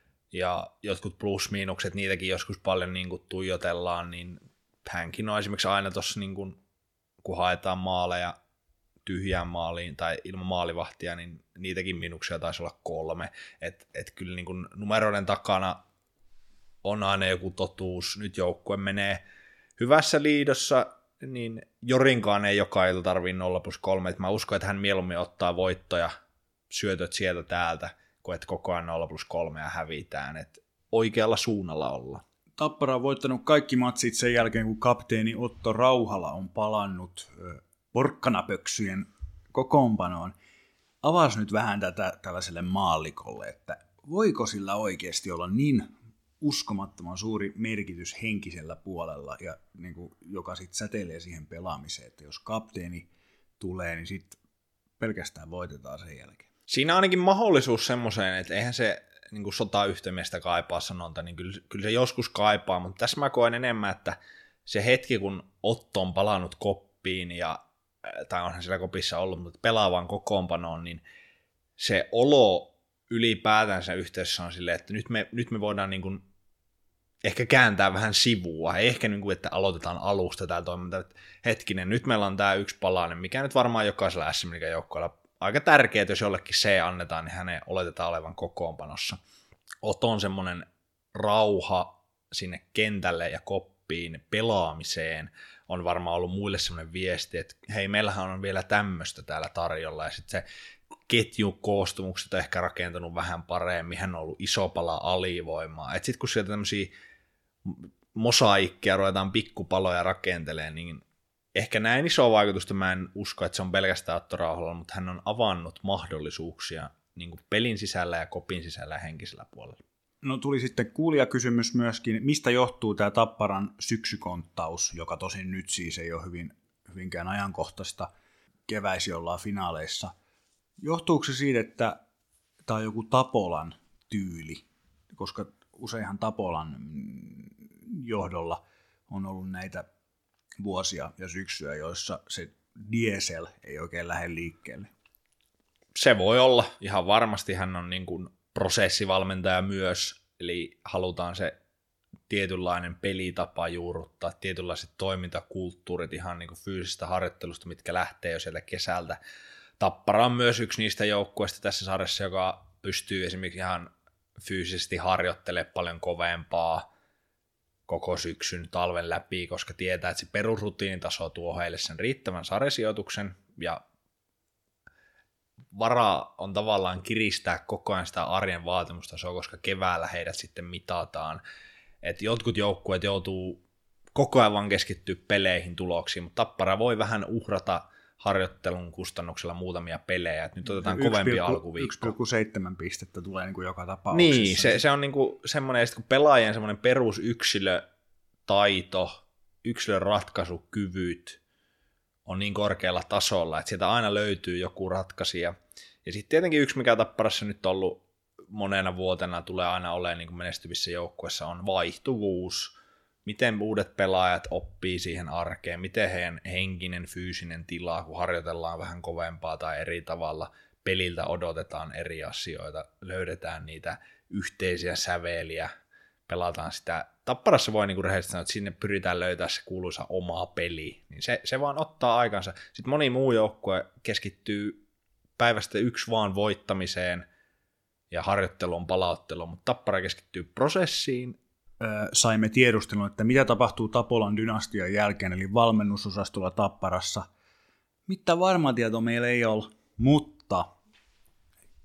ja jotkut plus-miinukset, niitäkin joskus paljon niin kuin tuijotellaan, niin hänkin on esimerkiksi aina tuossa, niin kuin, kun haetaan maaleja tyhjään maaliin tai ilman maalivahtia, niin niitäkin miinuksia taisi olla kolme. Että et kyllä niin kuin numeroiden takana on aina joku totuus. Nyt joukkue menee hyvässä liidossa, niin Jorinkaan ei joka ilta tarvii nolla plus kolme. Et mä uskon, että hän mieluummin ottaa voittoja, syötöt sieltä täältä, kun et koko ajan nolla plus kolme ja hävitään. Et oikealla suunnalla ollaan. Tappara on voittanut kaikki matsit sen jälkeen, kun kapteeni Otto Rauhala on palannut porkkanapöksyjen kokoonpanoon. Avas nyt vähän tätä tällaiselle maallikolle, että voiko sillä oikeasti olla niin uskomattoman suuri merkitys henkisellä puolella, ja niin kuin, joka sitten säteilee siihen pelaamiseen, että jos kapteeni tulee, niin sitten pelkästään voitetaan sen jälkeen. Siinä on ainakin mahdollisuus semmoiseen, että eihän se niin kuin sotayhtymiestä kaipaa sanonta, niin kyllä, kyllä se joskus kaipaa, mutta tässä mä koen enemmän, että se hetki, kun Otto on palannut koppiin, ja, tai onhan siellä kopissa ollut, mutta pelaavaan kokoonpanoon, niin se olo ylipäätänsä yhteydessä on silleen, että nyt me, nyt me voidaan niin kuin ehkä kääntää vähän sivua, ei ehkä niin kuin, että aloitetaan alusta tämä toiminta, että hetkinen, nyt meillä on tämä yksi palanen, mikä nyt varmaan jokaisella S M-liigan joukkueella aika tärkeää, että jos jollekin C annetaan, niin hänen oletetaan olevan kokoonpanossa. Oton semmoinen rauha sinne kentälle ja koppiin pelaamiseen on varmaan ollut muille semmoinen viesti, että hei, meillähän on vielä tämmöistä täällä tarjolla, ja sitten se ketjukoostumukset on ehkä rakentanut vähän paremmin, hän on ollut iso pala alivoimaa, että sitten kun sieltä tämmöisiä mosaikkeja ruvetaan pikkupaloja rakentelemaan, niin ehkä näin isoa vaikutusta mä en usko, että se on pelkästään Otto Rauhala, mutta hän on avannut mahdollisuuksia niin kuin pelin sisällä ja kopin sisällä ja henkisellä puolella. No tuli sitten kuulijakysymys myöskin, mistä johtuu tämä Tapparan syksykonttaus, joka tosin nyt siis ei ole hyvin, hyvinkään ajankohtaista, keväisi ollaan finaaleissa. Johtuuko se siitä, että tämä on joku Tapolan tyyli, koska useinhan Tapolan johdolla on ollut näitä vuosia ja syksyä, joissa se diesel ei oikein lähde liikkeelle? Se voi olla. Ihan varmasti hän on niin kuin prosessivalmentaja myös, eli halutaan se tietynlainen pelitapa juurruttaa, tietynlaiset toimintakulttuurit ihan niin kuin fyysisestä harjoittelusta, mitkä lähtee jo sieltä kesältä. Tappara on myös yksi niistä joukkueista tässä sarjassa, joka pystyy esimerkiksi ihan fyysisesti harjoittelemaan paljon kovempaa koko syksyn talven läpi, koska tietää, että se perusrutiinitaso tuo heille sen riittävän sarjasijoituksen, ja varaa on tavallaan kiristää koko ajan sitä arjen vaatimustasoa, koska keväällä heidät sitten mitataan. Että jotkut joukkueet joutuu koko ajan vaan keskittyä peleihin, tuloksiin, mutta Tappara voi vähän uhrata harjoittelun kustannuksella muutamia pelejä, että nyt otetaan kovempi alkuviikko. yksi pilkku seitsemän pistettä tulee niin kuin joka tapauksessa. Niin, se, se on niin kuin semmoinen, kun pelaajien semmoinen perusyksilötaito, yksilön ratkaisukyvyt on niin korkealla tasolla, että sieltä aina löytyy joku ratkaisija. Ja sitten tietenkin yksi, mikä Tapparassa nyt on ollut monena vuotena, tulee aina olemaan niin kuin menestyvissä joukkueissa, on vaihtuvuus. Miten uudet pelaajat oppii siihen arkeen, miten heidän henkinen, fyysinen tila, kun harjoitellaan vähän kovempaa tai eri tavalla, peliltä odotetaan eri asioita, löydetään niitä yhteisiä säveliä, pelataan sitä. Tapparassa voi niin rehellisesti sanoa, että sinne pyritään löytämään se kuuluisa oma peli, niin se, se vaan ottaa aikansa. Sitten moni muu joukkue keskittyy päivästä yksi vaan voittamiseen ja harjoitteluun, palautteluun, mutta Tappara keskittyy prosessiin. Saimme tiedustelun, että mitä tapahtuu Tapolan dynastian jälkeen, eli valmennusosastolla Tapparassa. Mitä varma tieto meillä ei ole, mutta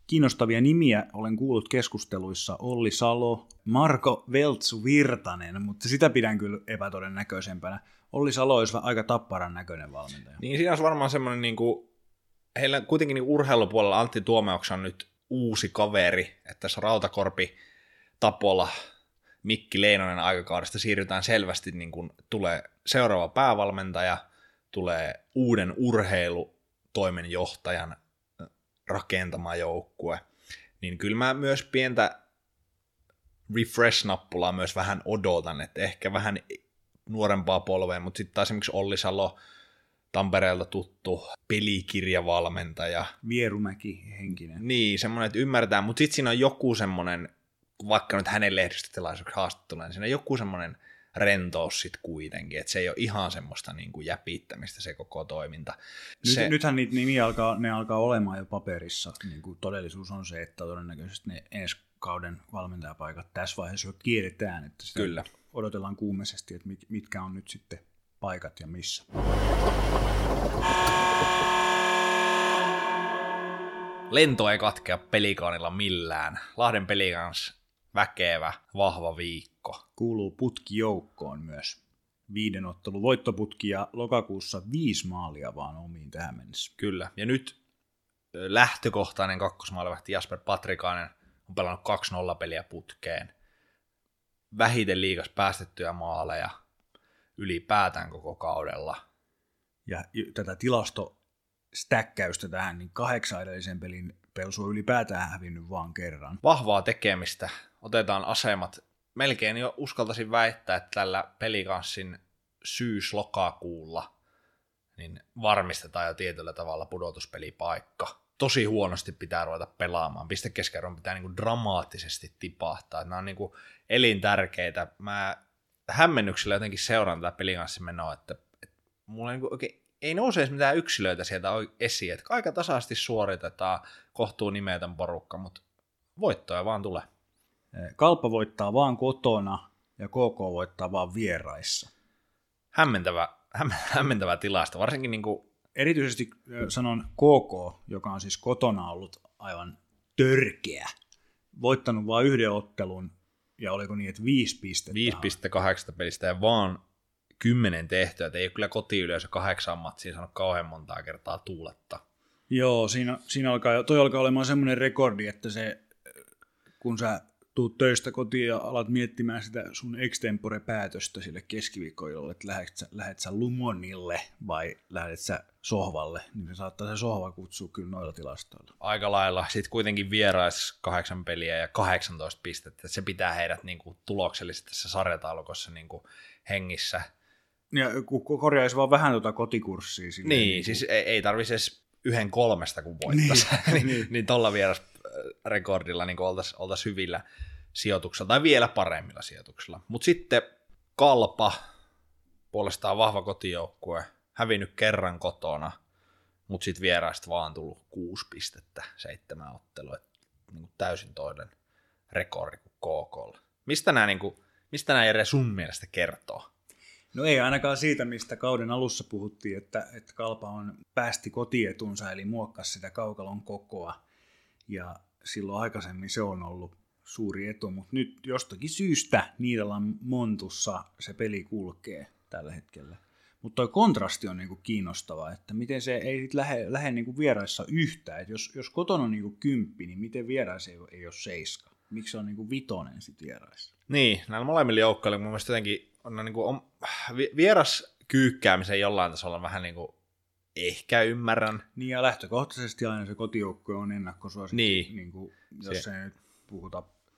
kiinnostavia nimiä olen kuullut keskusteluissa. Olli Salo, Marko Veltsu Virtanen, mutta sitä pidän kyllä epätodennäköisempänä. Olli Salo olisi aika tapparan näköinen valmentaja. Niin siinä olisi varmaan semmoinen, niin kuin, heillä kuitenkin niin urheilupuolella Antti Tuomeoksa on nyt uusi kaveri, että tässä Rautakorpi, Tapola, Mikki Leinonen aikakaudesta siirrytään selvästi, niin kuin tulee seuraava päävalmentaja, tulee uuden urheilutoimenjohtajan rakentama joukkue, niin kyllä mä myös pientä refresh-nappulaa myös vähän odotan, että ehkä vähän nuorempaa polvea, mutta sitten taas esimerkiksi Olli Salo, Tampereelta tuttu pelikirjavalmentaja. Vierumäki henkinen. Niin, semmoinen, että ymmärretään, mutta sitten siinä on joku semmoinen, vaikka nyt hänen lehdistötilaisuuksi haastatteluun, niin siinä on joku semmoinen rentous sitten kuitenkin, että se ei ole ihan semmoista niin kuin jäpittämistä se koko toiminta. Nyt, se... Nythän niitä nimiä alkaa, ne alkaa olemaan jo paperissa, niin kuin todellisuus on se, että todennäköisesti ne ensi kauden valmentajapaikat tässä vaiheessa jo tiedetään, että sitä Kyllä. odotellaan kuumeisesti, että mitkä on nyt sitten paikat ja missä. Lento ei katkea Pelikaanilla millään. Lahden Pelikans väkevä, vahva viikko. Kuuluu putkijoukkoon myös. Viiden ottelun voittoputki ja lokakuussa viisi maalia vaan omiin tähän mennessä. Kyllä, ja nyt lähtökohtainen kakkosmaalivahti Jasper Patrikainen on pelannut kaksi nolla peliä putkeen. Vähiten liigas päästettyjä maaleja ylipäätään koko kaudella. Ja tätä tilastostäkkäystä tähän, niin kahdeksan edellisen pelin Pelsu on ylipäätään hävinnyt vaan kerran. Vahvaa tekemistä. Otetaan asemat. Melkein jo uskaltaisin väittää, että tällä Pelikanssin syys-lokakuulla niin varmistetaan jo tietyllä tavalla pudotuspelipaikka. Tosi huonosti pitää ruveta pelaamaan. Pistekeskiarvon pitää niinku dramaattisesti tipahtaa. Nämä on niinku elintärkeitä. Mä hämmennyksellä jotenkin seuraan tätä Pelikanssin menoa, että, että mulla niinku oikein ei nouse edes mitään yksilöitä sieltä esiin. Että aika tasaisesti suoritetaan kohtuu nimetön porukka, mutta voittoja vaan tulee. Kalpa voittaa vaan kotona ja K K voittaa vaan vieraissa. Hämmentävä, hämmentävä tilasta, varsinkin niin kuin... Erityisesti sanon K K, joka on siis kotona ollut aivan törkeä. Voittanut vain yhden ottelun ja oliko niin, että viisi pistettä. Viisi pistettä kahdeksasta pelistä ja vaan kymmenen tehtyä, että ei ole kyllä kotiyleisö kahdeksan matsiin saanut kauhean montaa kertaa tuuletta. Joo, siinä, siinä alkaa, toi alkaa olemaan semmoinen rekordi, että se, kun sä tuut töistä kotiin ja alat miettimään sitä sun extempore-päätöstä sille keskiviikkoilolle, että lähdet sä, lähdet sä Lumonille vai lähdet sä sohvalle, niin se saattaa se sohva kutsua kyllä noilla tilastoilla. Aika lailla. Sitten kuitenkin vierais kahdeksan peliä ja kahdeksantoista pistettä. Se pitää heidät niin kuin tuloksellisesti tässä sarjataulukossa niin kuin hengissä. Ja kun korjaisi vaan vähän tuota kotikurssia. Niin, niin kuin... siis ei, ei tarvitsisi edes yhden kolmesta, kun voittaisi. niin, niin, niin tuolla vierasrekordilla niin oltaisiin oltais hyvillä sijoituksilla, tai vielä paremmilla sijoituksilla. Mutta sitten Kalpa, puolestaan vahva kotijoukkue, hävinnyt kerran kotona, mutta sitten vieraista vaan tullut kuusi pistettä, seitsemän ottelua, niin täysin toinen rekordi kuin K K:lla. Mistä nämä, niin kuin, mistä nämä Jere sun mielestä kertoo? No ei ainakaan siitä, mistä kauden alussa puhuttiin, että, että Kalpa on päästi kotietunsa, eli muokkasi sitä kaukalon kokoa, ja silloin aikaisemmin se on ollut suuri etu, mutta nyt jostakin syystä Niiralan Montussa se peli kulkee tällä hetkellä. Mutta tuo kontrasti on niinku kiinnostava, että miten se ei sit lähde, lähde niinku vieraissa yhtään. Et jos, jos kotona on niinku kymppi, niin miten vieraissa ei, ei ole seiska? Miksi se on niinku vitonen sitten vieraissa? Niin, näillä molemmilla joukkoilla mun mielestä jotenkin on, niinku, on vieras kyykkäämisen jollain tasolla vähän niin kuin ehkä ymmärrän. Niin ja lähtökohtaisesti aina se kotijoukkue on ennakkosuosikki, niin. Niin kuin, jos se... ei nyt puhuta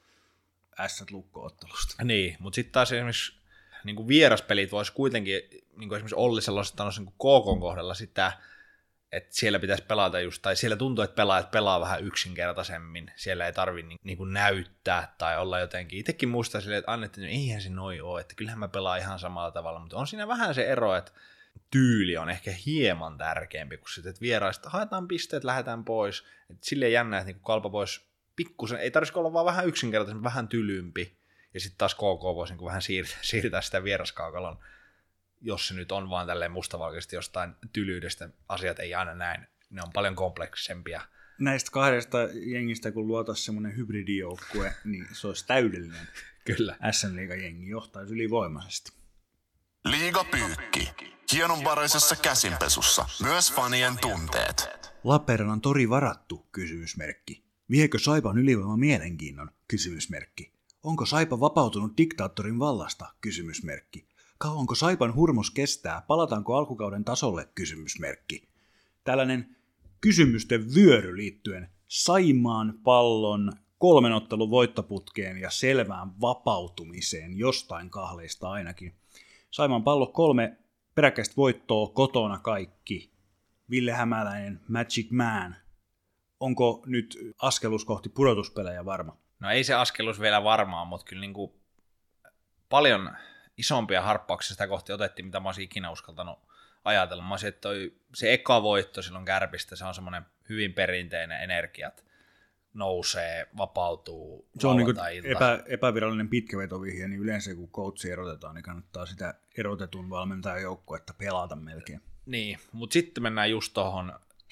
ässät-lukko-ottelusta. Niin, mutta sitten taas esimerkiksi niin kuin vieraspelit voisi kuitenkin, niin kuin esimerkiksi Olli sellaista niin kuin K K:n kohdalla sitä, että siellä pitäisi pelata just, tai siellä tuntuu, että pelaajat pelaa vähän yksinkertaisemmin, siellä ei tarvitse niin, niin kuin näyttää tai olla jotenkin. Itsekin muistaa silleen, että annettiin, että eihän se noin ole, että kyllähän mä pelaan ihan samalla tavalla, mutta on siinä vähän se ero, että tyyli on ehkä hieman tärkeämpi kuin sitten, että vieraista haetaan pisteet, lähdetään pois, että silleen jännä, että niin kuin Kalpa voisi pikkusen, ei tarvitsisi olla vaan vähän yksinkertaisempi, vähän tylympi, ja sitten taas K K voisi niin kuin vähän siirtää, siirtää sitä vieraskaukalon, jos se nyt on vaan tälleen mustavalkoisesti jostain tylyydestä, asiat ei aina näin, ne on paljon kompleksisempia näistä kahdesta jengistä, kun luotaisiin semmoinen hybridijoukkue, niin se olisi täydellinen. Kyllä. S M-liigan jengi johtaisi ylivoimaisesti. Liigapyykki. Hienonvaraisessa käsinpesussa. Myös fanien tunteet. Lappeenrannan tori varattu? Kysymysmerkki. Viekö Saipan ylivoima mielenkiinnon? Kysymysmerkki. Onko Saipa vapautunut diktaattorin vallasta? Kysymysmerkki. Kauanko Saipan hurmos kestää? Palataanko alkukauden tasolle? Kysymysmerkki. Tällainen kysymysten vyöry liittyen Saimaan Pallon kolmen ottelun voittoputkeen ja selvään vapautumiseen jostain kahleista ainakin. Saimaan Pallo kolme peräkkäistä voittoa, kotona kaikki. Ville Hämäläinen, Magic Man. Onko nyt askelus kohti pudotuspelejä varma? No ei se askelus vielä varmaan, mutta kyllä niin kuin paljon isompia harppauksia sitä kohti otettiin, mitä mä olisin ikinä uskaltanut ajatella. Mä olisin, että toi, se eka voitto silloin Kärpistä, se on semmoinen hyvin perinteinen energiat. Nousee, vapautuu. Se on niin epä, epävirallinen pitkävetovihje, niin yleensä kun coachi erotetaan, niin kannattaa sitä erotetun valmentajan joukkuetta pelata melkein. Niin, mutta sitten mennään just tuohon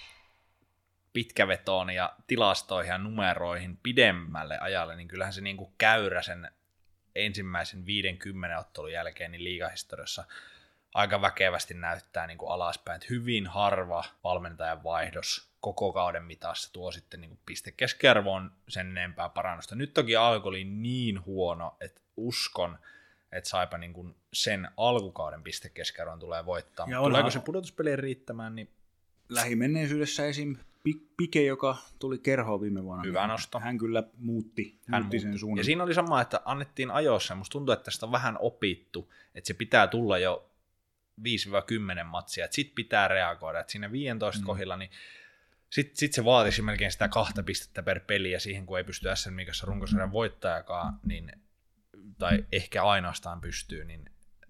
pitkävetoon ja tilastoihin ja numeroihin pidemmälle ajalle, niin kyllähän se niin kuin käyrä sen ensimmäisen viidenkymmenen ottelun jälkeen niin liigahistoriassa aika väkevästi näyttää niin kuin alaspäin, että hyvin harva valmentajan vaihdos koko kauden mitassa tuo sitten niin kuin pistekeskiarvoon sen enempää parannusta. Nyt toki alku oli niin huono, että uskon, että Saipa niin kuin sen alkukauden pistekeskiarvon tulee voittaa. Ja tuleeko se pudotuspeliin riittämään? Niin lähimenneisyydessä esim. Pike, joka tuli kerhoon viime vuonna. Hyvä nosto. Hän kyllä muutti, hän muutti sen suunnan. Ja siinä oli sama, että annettiin ajoissa. Musta tuntuu, että tästä on vähän opittu, että se pitää tulla jo viisi kymmenen matsia, että sit pitää reagoida. Että siinä viisitoista mm. kohdilla, niin sitten sit se vaatisi melkein sitä kahta pistettä per peli, ja siihen kun ei pysty S M Liigassa runkosarjan voittajakaan, niin, tai ehkä ainoastaan pystyy, niin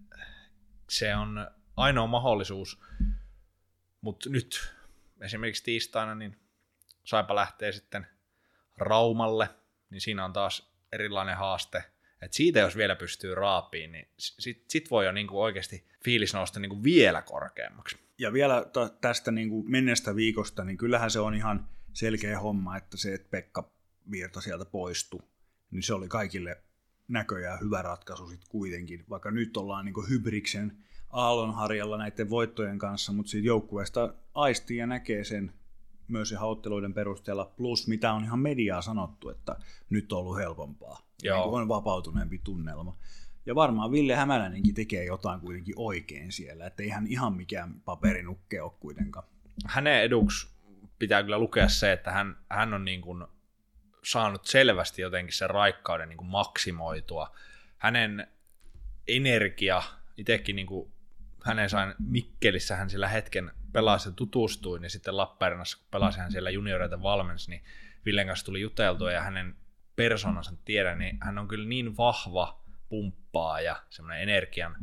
se on ainoa mahdollisuus. Mutta nyt esimerkiksi tiistaina niin Saipa lähtee sitten Raumalle, niin siinä on taas erilainen haaste. Et siitä jos vielä pystyy raapiin, niin sit, sit voi jo niinku oikeasti fiilis nousta niinku vielä korkeammaksi. Ja vielä t- tästä niinku menneestä viikosta, niin kyllähän se on ihan selkeä homma, että se, että Pekka Virta sieltä poistui, niin se oli kaikille näköjään hyvä ratkaisu sitten kuitenkin, vaikka nyt ollaan niinku hybriksen aallonharjalla näiden voittojen kanssa, mutta siitä joukkueesta aistii ja näkee sen myös ihan otteluiden perusteella, plus mitä on ihan mediaa sanottu, että nyt on ollut helpompaa. Niin on vapautuneempi tunnelma. Ja varmaan Ville Hämäläinenkin tekee jotain kuitenkin oikein siellä, että ei hän ihan mikään paperinukke ole kuitenkaan. Hänen eduksi pitää kyllä lukea se, että hän, hän on niin kuin saanut selvästi jotenkin sen raikkauden niin kuin maksimoitua. Hänen energia, itsekin niin kuin hänen sain Mikkelissä, hän sillä hetken pelasi ja tutustuin, ja sitten Lappeenrannassa, kun pelasi hän siellä junioreita valmensi, niin Villen kanssa tuli juteltua, ja hänen persoonansa tiedän, niin hän on kyllä niin vahva pumppaa ja semmoinen energian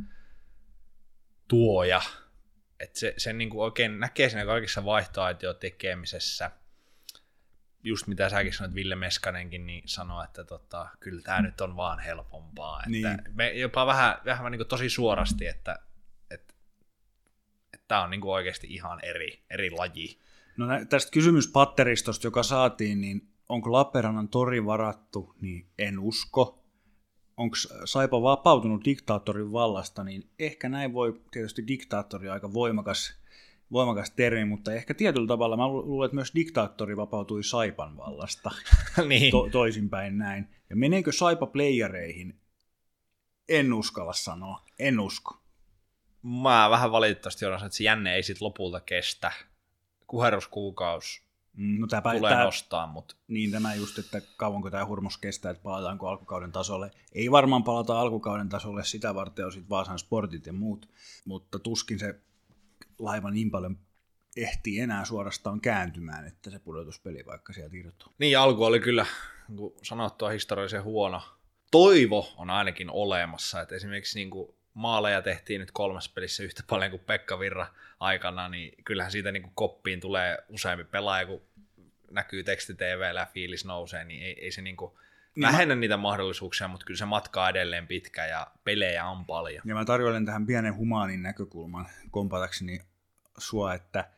tuoja, että se, sen niin kuin oikein näkee siinä kaikissa vaihtoaitio tekemisessä. Just mitä säkin sanoit, Ville Meskanenkin niin sanoi, että tota, kyllä tämä nyt on vaan helpompaa. Että niin. Me jopa vähän, vähän niin kuin tosi suorasti, että tämä on niin kuin oikeasti ihan eri, eri laji. No tästä kysymyspatteristosta, joka saatiin, niin onko Lappeenrannan tori varattu, niin en usko. Onko Saipa vapautunut diktaattorin vallasta, niin ehkä näin voi, tietysti diktaattori aika voimakas, voimakas termi, mutta ehkä tietyllä tavalla mä luulen, että myös diktaattori vapautui Saipan vallasta, niin. to, toisinpäin näin. Ja meneekö Saipa playereihin? En uskalla sanoa, en usko. Mä vähän valitettavasti joudun, että se jänne ei sit lopulta kestä. Kuherruskuukaus no, tämä, tulee tämä, nostaa, mutta niin tämä just, että kauanko tämä hurmos kestää, että palataanko alkukauden tasolle. Ei varmaan palata alkukauden tasolle, sitä varten on sitten Vaasan sportit ja muut, mutta tuskin se laiva niin paljon ehtii enää suorastaan kääntymään, että se pudotuspeli vaikka sieltä irtoaa. Niin, alku oli kyllä, niin kuin sanottua, historiallisen huono. Toivo on ainakin olemassa, että esimerkiksi niin kuin maaleja tehtiin nyt kolmessa pelissä yhtä paljon kuin Pekka Virra aikana, niin kyllähän siitä niin kuin koppiin tulee useampi pelaaja, kun näkyy teksti T V:llä ja fiilis nousee, niin ei, ei se niin kuin niin vähennä mä... niitä mahdollisuuksia, mutta kyllä se matka on edelleen pitkä ja pelejä on paljon. Ja mä tarjoilen tähän pienen humaanin näkökulman kompatakseni sua, että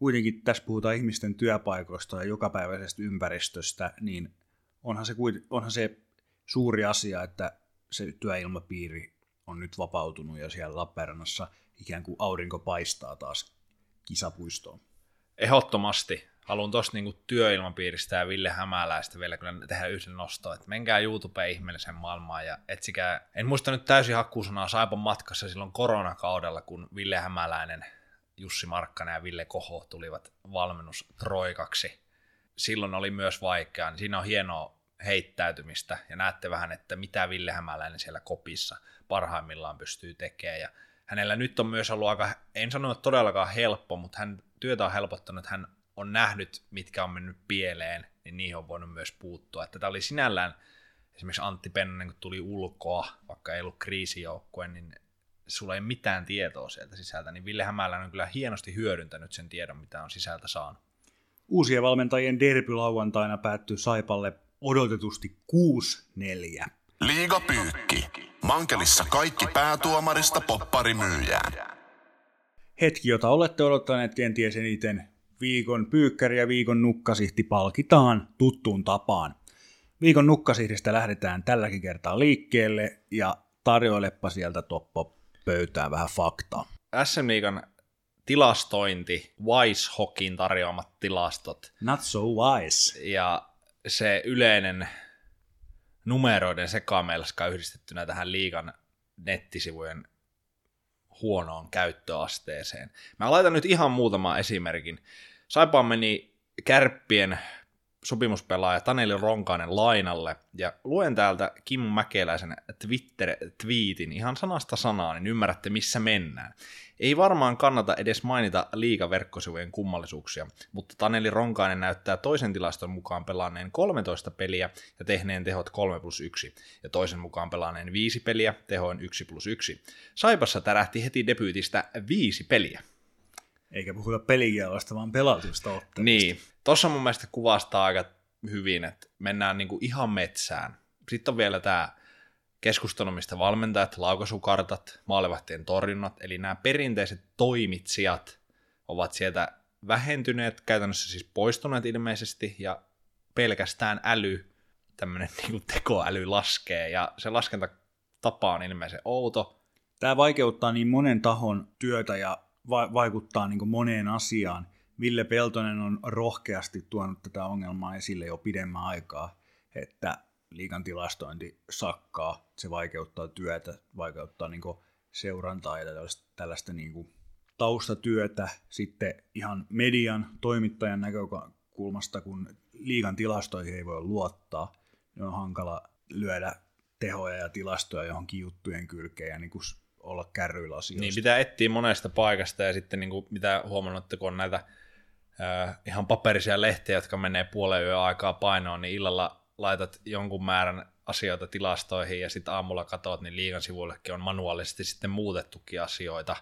kuitenkin tässä puhutaan ihmisten työpaikoista ja jokapäiväisestä ympäristöstä, niin onhan se, onhan se suuri asia, että se työilmapiiri on nyt vapautunut ja siellä Lappeenrannassa ikään kuin aurinko paistaa taas kisapuistoon. Ehdottomasti. Haluan tuosta niinku työilmapiiristä ja Ville Hämäläistä vielä kyllä tehdä yhden nostoon, että menkää YouTubeen ihmeellisen maailmaan ja etsikää, en muista nyt täysin hakkuusanaa Saipan matkassa silloin koronakaudella, kun Ville Hämäläinen, Jussi Markkanen ja Ville Koho tulivat valmennustroikaksi. Silloin oli myös vaikeaa, niin siinä on hienoa heittäytymistä ja näette vähän, että mitä Ville Hämäläinen siellä kopissa parhaimmillaan pystyy tekemään. Ja hänellä nyt on myös ollut aika, en sano että todellakaan helppo, mutta hän työtä on helpottanut, että hän on nähnyt, mitkä on mennyt pieleen, niin niihin on voinut myös puuttua. Että tämä oli sinällään, esimerkiksi Antti Pennanen, kun tuli ulkoa, vaikka ei ollut kriisijoukkue, niin sulla ei mitään tietoa sieltä sisältä, niin Ville Hämäläinen on kyllä hienosti hyödyntänyt sen tiedon, mitä on sisältä saanut. Uusien valmentajien derby lauantaina päättyi Saipalle odotetusti kuusi neljä. Liigapyykki. Mankelissa kaikki päätuomarista popparimyyjään. Hetki, jota olette odottaneet kenties eniten. Viikon pyykkäri ja viikon nukkasihti palkitaan tuttuun tapaan. Viikon nukkasihdistä lähdetään tälläkin kertaa liikkeelle ja tarjoilepa sieltä Toppo pöytään vähän faktaa. S M-liigan tilastointi, Wise Hockeyn tarjoamat tilastot. Not so wise. Ja se yleinen numeroiden sekamelska yhdistettynä tähän liigan nettisivujen huonoon käyttöasteeseen. Mä laitan nyt ihan muutaman esimerkin. Saipaan meni Kärppien sopimuspelaaja Taneli Ronkainen lainalle, ja luen täältä Kimmo Mäkeläisen Twitter-twiitin ihan sanasta sanaa, niin ymmärrätte missä mennään. Ei varmaan kannata edes mainita liigaverkkosivujen kummallisuuksia, mutta Taneli Ronkainen näyttää toisen tilaston mukaan pelaaneen kolmetoista peliä ja tehneen tehot kolme plus yksi, ja toisen mukaan pelaaneen viisi peliä, tehoin yksi plus yksi. Saipassa tärähti heti debyytistä viisi peliä. Eikä puhuta pelikielasta, vaan pelatusta ottelusta. Niin, tuossa mun mielestä kuvastaa aika hyvin, että mennään niinku ihan metsään. Sitten on vielä tämä keskustelu, mistä valmentajat, laukaisukartat, maalivahtien torjunnat, eli nämä perinteiset toimitsijat ovat sieltä vähentyneet, käytännössä siis poistuneet ilmeisesti, ja pelkästään äly, tämmöinen niinku tekoäly laskee, ja se laskentatapa on ilmeisen outo. Tämä vaikeuttaa niin monen tahon työtä ja va- vaikuttaa niin kuin moneen asiaan. Ville Peltonen on rohkeasti tuonut tätä ongelmaa esille jo pidemmän aikaa, että liigan tilastointi sakkaa, se vaikeuttaa työtä, vaikeuttaa niin kuin seurantaa ja tällaista, tällaista niin kuin taustatyötä. Sitten ihan median, toimittajan näkökulmasta, kun liigan tilastoihin ei voi luottaa, niin on hankala lyödä tehoja ja tilastoja johonkin juttujen kylkeen ja niin kuin olla kärryillä asioista. Niin, pitää etsiä monesta paikasta ja sitten niin kuin, mitä huomannut, kun on näitä äh, ihan paperisia lehtiä, jotka menee puolen yön aikaa painoon, niin illalla laitat jonkun määrän asioita tilastoihin ja sitten aamulla katot, niin liigan sivuillekin on manuaalisesti sitten muutettukin asioita.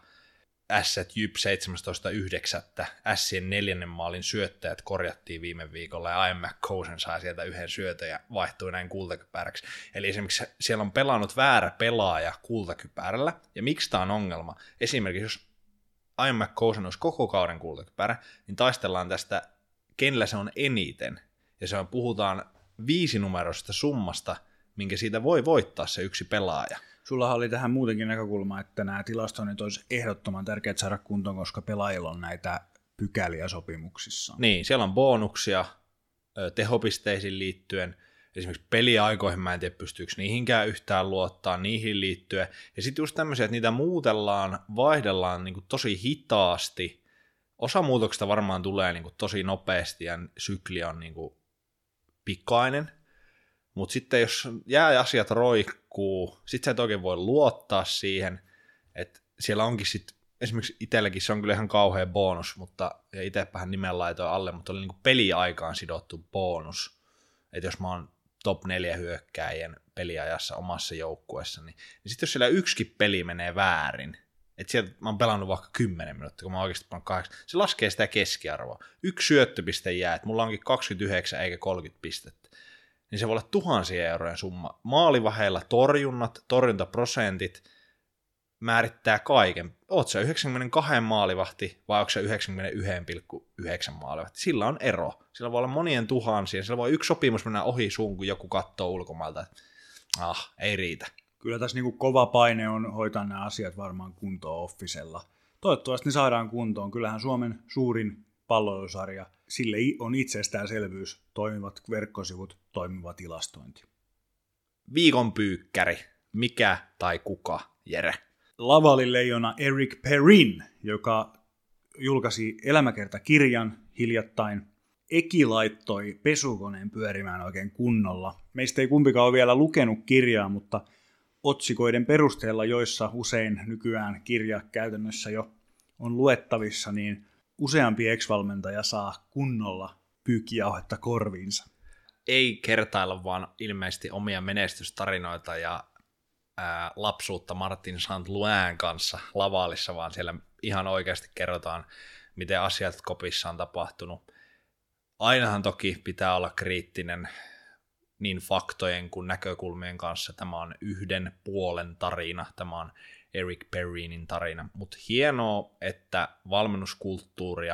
Ässät Jyp seitsemästoista yhdeksättä Ässien neljännen maalin syöttäjät korjattiin viime viikolla ja Ian McCosen sai sieltä yhden syötön ja vaihtui näin kultakypäräksi. Eli esimerkiksi siellä on pelannut väärä pelaaja kultakypärällä, ja miksi tämä on ongelma? Esimerkiksi jos Ian McCosen olisi koko kauden kultakypärä, niin taistellaan tästä, kenellä se on eniten, ja se on, puhutaan viisinumeroisesta summasta, minkä siitä voi voittaa se yksi pelaaja. Sulla oli tähän muutenkin näkökulma, että nämä tilastoinnit olisi ehdottoman tärkeät saada kuntoon, koska pelaajilla on näitä pykäliä sopimuksissa. Niin, siellä on bonuksia tehopisteisiin liittyen, esimerkiksi peliaikoihin mä en tiedä pystyykö niihinkään yhtään luottaa, niihin liittyen. Ja sitten just tämmöisiä, että niitä muutellaan, vaihdellaan niin kuin tosi hitaasti. Osa muutoksista varmaan tulee niin kuin tosi nopeasti ja sykli on niin kuin pikainen. Mutta sitten jos jää asiat roikkuu, sitten sä et oikein voi luottaa siihen, että siellä onkin sitten, esimerkiksi itselläkin se on kyllä ihan kauhea bonus, mutta ja itsepähän nimen laitoin alle, mutta oli niinku peliaikaan sidottu bonus, että jos mä oon top neljä hyökkääjien peliajassa omassa joukkueessa, niin, niin sitten jos siellä yksikin peli menee väärin, että sieltä mä oon pelannut vaikka kymmenen minuuttia, kun mä oon oikeasti pelannut kahdeksan, se laskee sitä keskiarvoa. Yksi syöttöpiste jää, että mulla onkin kaksikymmentäyhdeksän eikä kolmekymmentä pistettä. Niin se voi olla tuhansien eurojen summa. Maalivaheilla torjunnat, torjuntaprosentit, määrittää kaiken. Oot sä yhdeksänkymmentäkaksi maalivahti vai onko se yhdeksänkymmentäyksi pilkku yhdeksän maalivahti? Sillä on ero. Sillä voi olla monien tuhansien. Sillä voi yksi sopimus mennä ohi suun, kun joku katsoo ulkomailta. Ah, ei riitä. Kyllä tässä niinku kova paine on hoitaa nämä asiat varmaan kuntoon Officella. Toivottavasti ne saadaan kuntoon. Kyllähän Suomen suurin palloilusarja, sille on itsestäänselvyys, toimivat verkkosivut, toimiva tilastointi. Viikon pyykkäri. Mikä tai kuka, Jere? Lavalin-leijona Eric Perrin, joka julkaisi elämäkertakirjan hiljattain. Eki laittoi pesukoneen pyörimään oikein kunnolla. Meistä ei kumpikaan ole vielä lukenut kirjaa, mutta otsikoiden perusteella, joissa usein nykyään kirja käytännössä jo on luettavissa, niin useampi ex-valmentaja saa kunnolla pyykkijauhetta korviinsa. Ei kertailla vaan ilmeisesti omia menestystarinoita ja ää, lapsuutta Martin Saint-Louin kanssa Lavalissa, vaan siellä ihan oikeasti kerrotaan, miten asiat kopissa on tapahtunut. Ainahan toki pitää olla kriittinen niin faktojen kuin näkökulmien kanssa. Tämä on yhden puolen tarina, tämä on Eric Perrinin tarina, mutta hienoa, että valmennuskulttuuria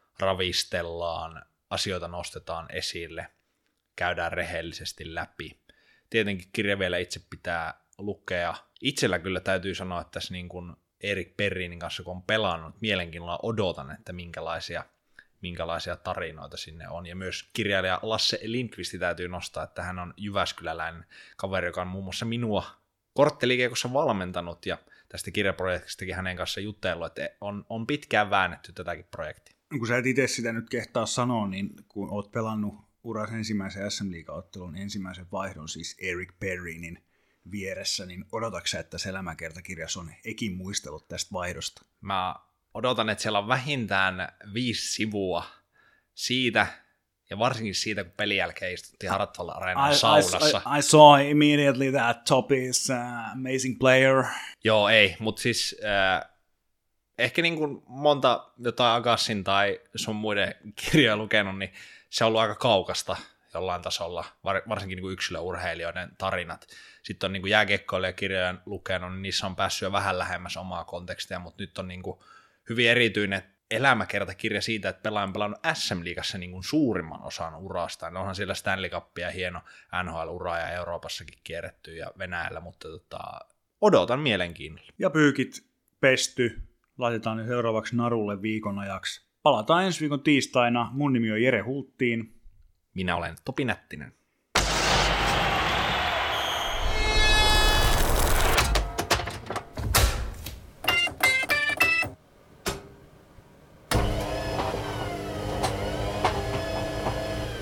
ravistellaan, asioita nostetaan esille, käydään rehellisesti läpi. Tietenkin kirja vielä itse pitää lukea. Itsellä kyllä täytyy sanoa, että tässä niin kuin Eric Perrinin kanssa kun on pelannut, mielenkiinnolla odotan, että minkälaisia minkälaisia tarinoita sinne on. Ja myös kirjailija Lasse Lindqvist täytyy nostaa, että hän on jyväskyläläinen kaveri, joka on muun muassa minua kortteliikeikossa valmentanut, ja tästä kirjaprojektistakin hänen kanssa jutellut, että on, on pitkään väännetty tätäkin projektia. Kun sä et itse sitä nyt kehtaa sanoa, niin kun oot pelannut uras ensimmäisen S M-liigaottelun ensimmäisen vaihdon, siis Eric Perrinin vieressä, niin odotatko sä, että se elämäkertakirjas on Ekin muistelut tästä vaihdosta? Mä odotan, että siellä on vähintään viisi sivua siitä, ja varsinkin siitä, kun pelin jälkeen istuttiin Hartwall Areenan saunassa. I, I, I saw immediately that Top is uh, amazing player. Joo, ei, mutta siis äh, ehkä niin kuin monta jotain Agassin tai sun muiden kirjoja lukenut, niin se on ollut aika kaukasta jollain tasolla, varsinkin niin kuin yksilöurheilijoiden tarinat. Sitten on niin kuin jääkiekkoilijakirjoja lukenut, niin niissä on päässyt jo vähän lähemmäs omaa kontekstia, mutta nyt on niin kuin hyvin erityinen elämäkertakirja siitä, että pelaaja on pelannut S M-liigassa niin kuin suurimman osan urastaan. Onhan siellä Stanley Cup ja hieno N H L-ura ja Euroopassakin kierretty ja Venäjällä, mutta tota, odotan mielenkiinnolla. Ja pyykit pesty, laitetaan seuraavaksi narulle viikon ajaksi. Palataan ensi viikon tiistaina. Mun nimi on Jere Hulttiin. Minä olen Topi Nättinen.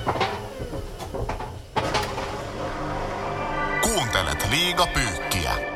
Kuuntelet Liigapyykkiä.